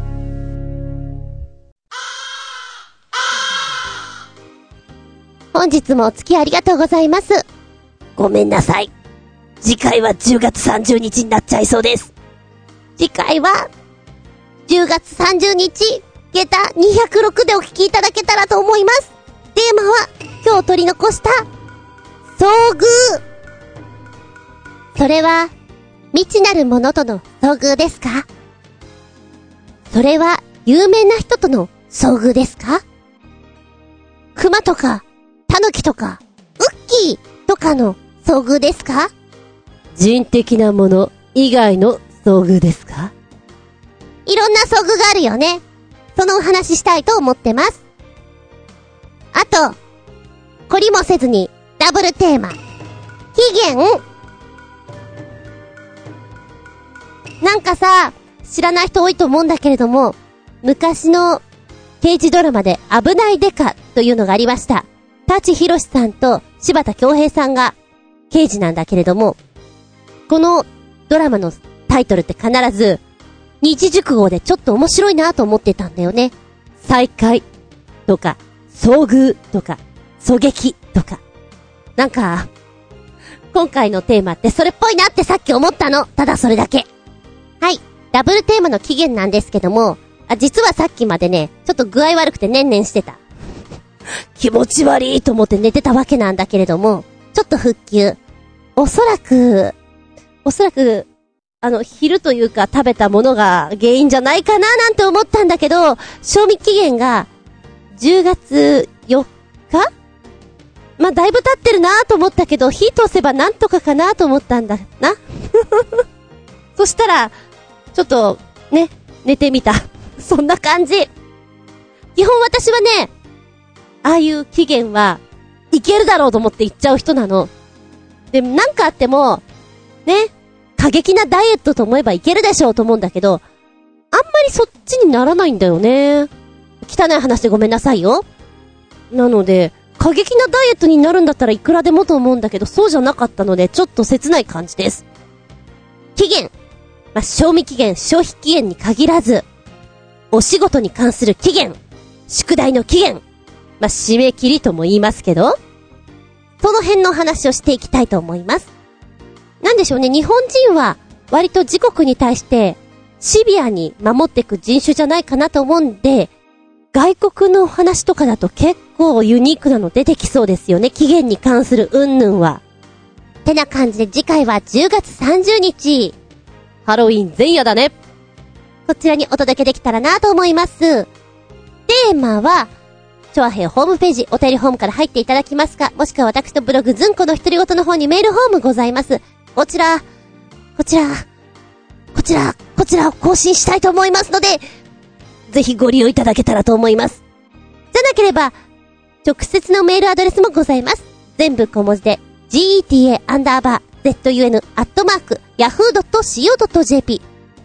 A: 本日もお付き合いありがとうございます。ごめんなさい。次回は10月30日になっちゃいそうです。次回は10月30日下駄206でお聞きいただけたらと思います。テーマは今日取り残した遭遇。それは未知なるものとの遭遇ですか？それは有名な人との遭遇ですか？熊とかタヌキとかウッキーとかの遭遇ですか？人的なもの以外の遭遇ですか？いろんな遭遇があるよね。そのお話したいと思ってます。あと、懲りもせずにダブルテーマ。期限。なんかさ、知らない人多いと思うんだけれども、昔の刑事ドラマで危ないデカというのがありました。舘ひろしさんと柴田恭平さんが刑事なんだけれども、このドラマのタイトルって必ず二字熟語でちょっと面白いなと思ってたんだよね。再会とか遭遇とか狙撃とか、なんか今回のテーマってそれっぽいなってさっき思ったの。ただそれだけ。はい、ダブルテーマの期限なんですけども、実はさっきまでね、ちょっと具合悪くてねんねんしてた。気持ち悪いと思って寝てたわけなんだけれども、ちょっと復旧。おそらく、昼というか食べたものが原因じゃないかななんて思ったんだけど、賞味期限が 10月4日？まあ、だいぶ経ってるなと思ったけど、火通せばなんとかかなと思ったんだな。そしたら、ちょっと、ね、寝てみた。そんな感じ。基本私はね、ああいう期限はいけるだろうと思って言っちゃう人なの。で、なんかあっても、ね、過激なダイエットと思えばいけるでしょうと思うんだけど、あんまりそっちにならないんだよね。汚い話でごめんなさいよ。なので、過激なダイエットになるんだったらいくらでもと思うんだけど、そうじゃなかったので、ちょっと切ない感じです。期限。まあ、賞味期限、消費期限に限らず、お仕事に関する期限、宿題の期限、まあ、締め切りとも言いますけど、その辺の話をしていきたいと思います。なんでしょうね、日本人は割と自国に対してシビアに守っていく人種じゃないかなと思うんで、外国の話とかだと結構ユニークなの出てきそうですよね。期限に関する云々は。てな感じで次回は10月30日。ハロウィン前夜だね。こちらにお届けできたらなと思います。テーマは、チョアヘイホームページ、お便りホームから入っていただきますか、もしくは私のブログ、ズンコの独り言の方にメールホームございます。こちらを更新したいと思いますので、ぜひご利用いただけたらと思います。じゃなければ、直接のメールアドレスもございます。全部小文字で、geta_zun@yahoo.co.jp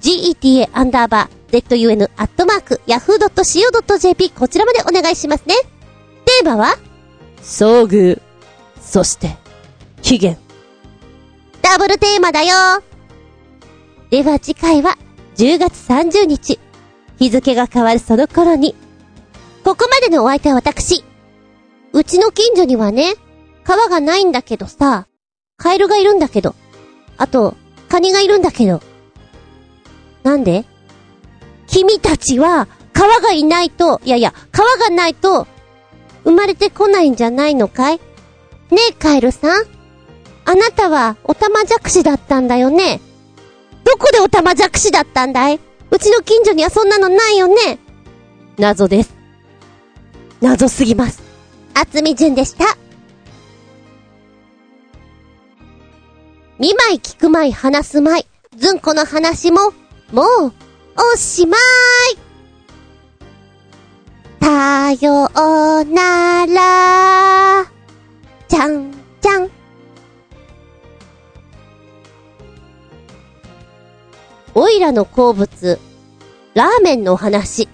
A: geta_zun@yahoo.co.jp こちらまでお願いしますね。テーマは遭遇、そして期限。ダブルテーマだよ。では次回は10月30日。日付が変わるその頃に。ここまでのお相手は私。うちの近所にはね、川がないんだけどさ、カエルがいるんだけど、あと、カニがいるんだけど。なんで？君たちは、川がいないと、川がないと、生まれてこないんじゃないのかい？ねえ、カエルさん。あなたは、オタマジャクシだったんだよね。どこでオタマジャクシだったんだい？うちの近所にはそんなのないよね。謎です。謎すぎます。あつみじゅんでした。見舞い聞く舞い話す舞い、ずんこの話も、もう、おしまい。さようなら。ちゃんちゃん。おいらの好物、ラーメンのお話。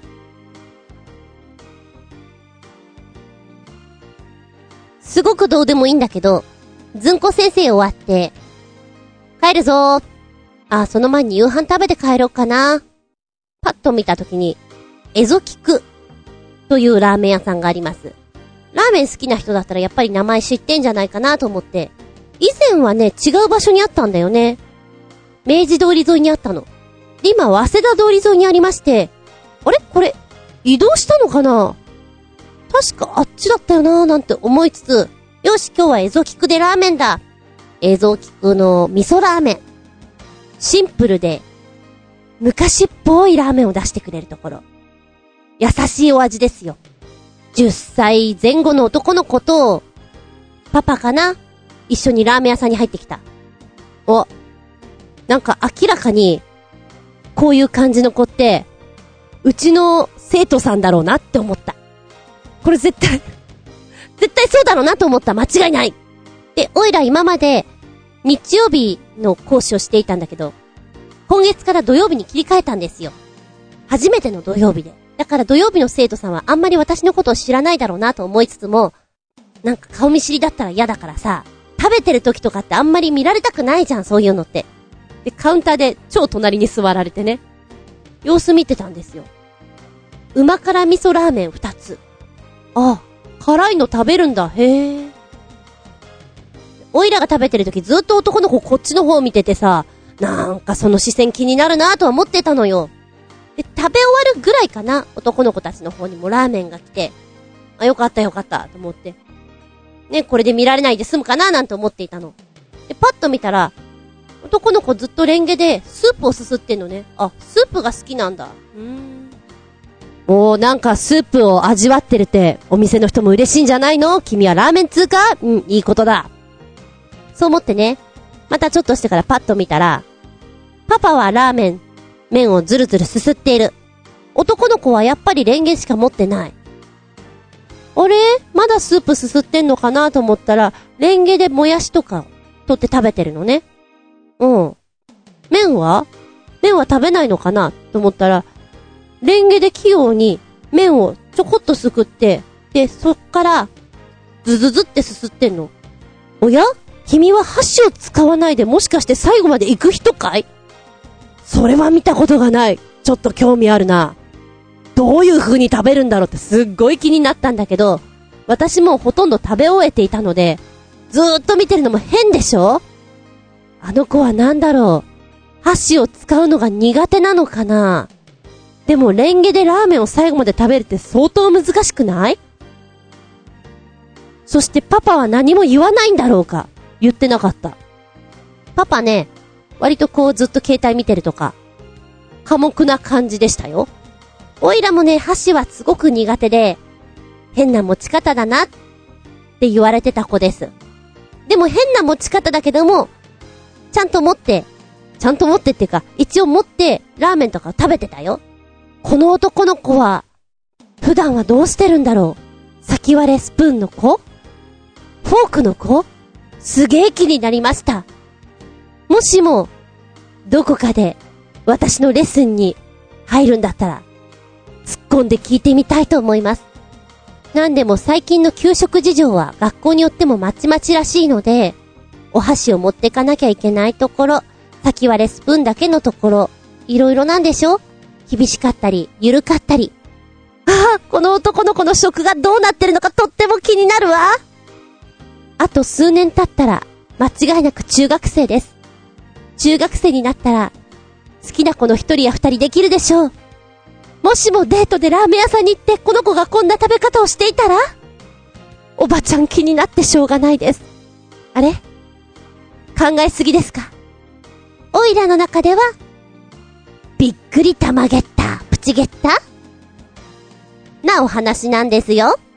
A: すごくどうでもいいんだけど、ずんこ先生終わって、帰るぞー。あ、その前に夕飯食べて帰ろうかな。パッと見たときに、エゾキクというラーメン屋さんがあります。ラーメン好きな人だったらやっぱり名前知ってんじゃないかなと思って、以前はね、違う場所にあったんだよね。明治通り沿いにあったの。で、今、早稲田通り沿いにありまして、あれこれ、移動したのかな？確かあっちだったよなーなんて思いつつ、よし、今日はエゾキクでラーメンだ。エゾキクの味噌ラーメン。シンプルで、昔っぽいラーメンを出してくれるところ。優しいお味ですよ。10歳前後の男の子と、パパかな？一緒にラーメン屋さんに入ってきた。お、なんか明らかに、こういう感じの子って、うちの生徒さんだろうなって思った。これ絶対そうだろうなと思った。間違いない。で、おいら今まで、日曜日の講師をしていたんだけど、今月から土曜日に切り替えたんですよ。初めての土曜日で。だから土曜日の生徒さんはあんまり私のことを知らないだろうなと思いつつも、なんか顔見知りだったら嫌だからさ、食べてる時とかってあんまり見られたくないじゃん、そういうのって。で、カウンターで超隣に座られてね、様子見てたんですよ。旨辛味噌ラーメン2つ。あ、辛いの食べるんだ、へー。おいらが食べてる時ずっと男の子こっちの方見ててさ、なんかその視線気になるなとは思ってたのよ。で、食べ終わるぐらいかな、男の子たちの方にもラーメンが来て、あ、よかったと思って。ね、これで見られないで済むかななんて思っていたの。で、パッと見たら、男の子ずっとレンゲでスープをすすってんのね。あ、スープが好きなんだ。
B: もうなんかスープを味わってるってお店の人も嬉しいんじゃないの？君はラーメン通か？いいことだ。
A: そう思ってね、またちょっとしてからパッと見たら、パパはラーメン、麺をずるずるすすっている。男の子はやっぱりレンゲしか持ってない。あれ？まだスープすすってんのかなと思ったら、レンゲでもやしとか取って食べてるのね。麺は食べないのかなと思ったら、レンゲで器用に麺をちょこっとすくって、で、そっからズズズってすすってんの。おや？君は箸を使わないでもしかして最後まで行く人かい？
B: それは見たことがない。ちょっと興味あるな。どういう風に食べるんだろうってすっごい気になったんだけど、私もほとんど食べ終えていたので、ずーっと見てるのも変でしょ？あの子はなんだろう。箸を使うのが苦手なのかな？でもレンゲでラーメンを最後まで食べるって相当難しくない？そしてパパは何も言わないんだろうか？言ってなかった。
A: パパね、割とこうずっと携帯見てるとか、寡黙な感じでしたよ。おいらもね、箸はすごく苦手で、変な持ち方だなって言われてた子です。でも変な持ち方だけども、ちゃんと持ってっていうか、一応持ってラーメンとか食べてたよ。この男の子は、普段はどうしてるんだろう？先割れスプーンの子？フォークの子？すげえ気になりました。もしも、どこかで、私のレッスンに入るんだったら、突っ込んで聞いてみたいと思います。なんでも最近の給食事情は学校によってもまちまちらしいので、お箸を持ってかなきゃいけないところ、先割れスプーンだけのところ、いろいろなんでしょ？厳しかったり、緩かったり。ああ、この男の子の食がどうなってるのかとっても気になるわ。あと数年経ったら、間違いなく中学生です。中学生になったら、好きな子の一人や二人できるでしょう。もしもデートでラーメン屋さんに行って、この子がこんな食べ方をしていたら、おばちゃん気になってしょうがないです。あれ？考えすぎですか？おいらの中では、びっくりたまげった、プチゲッタなお話なんですよ。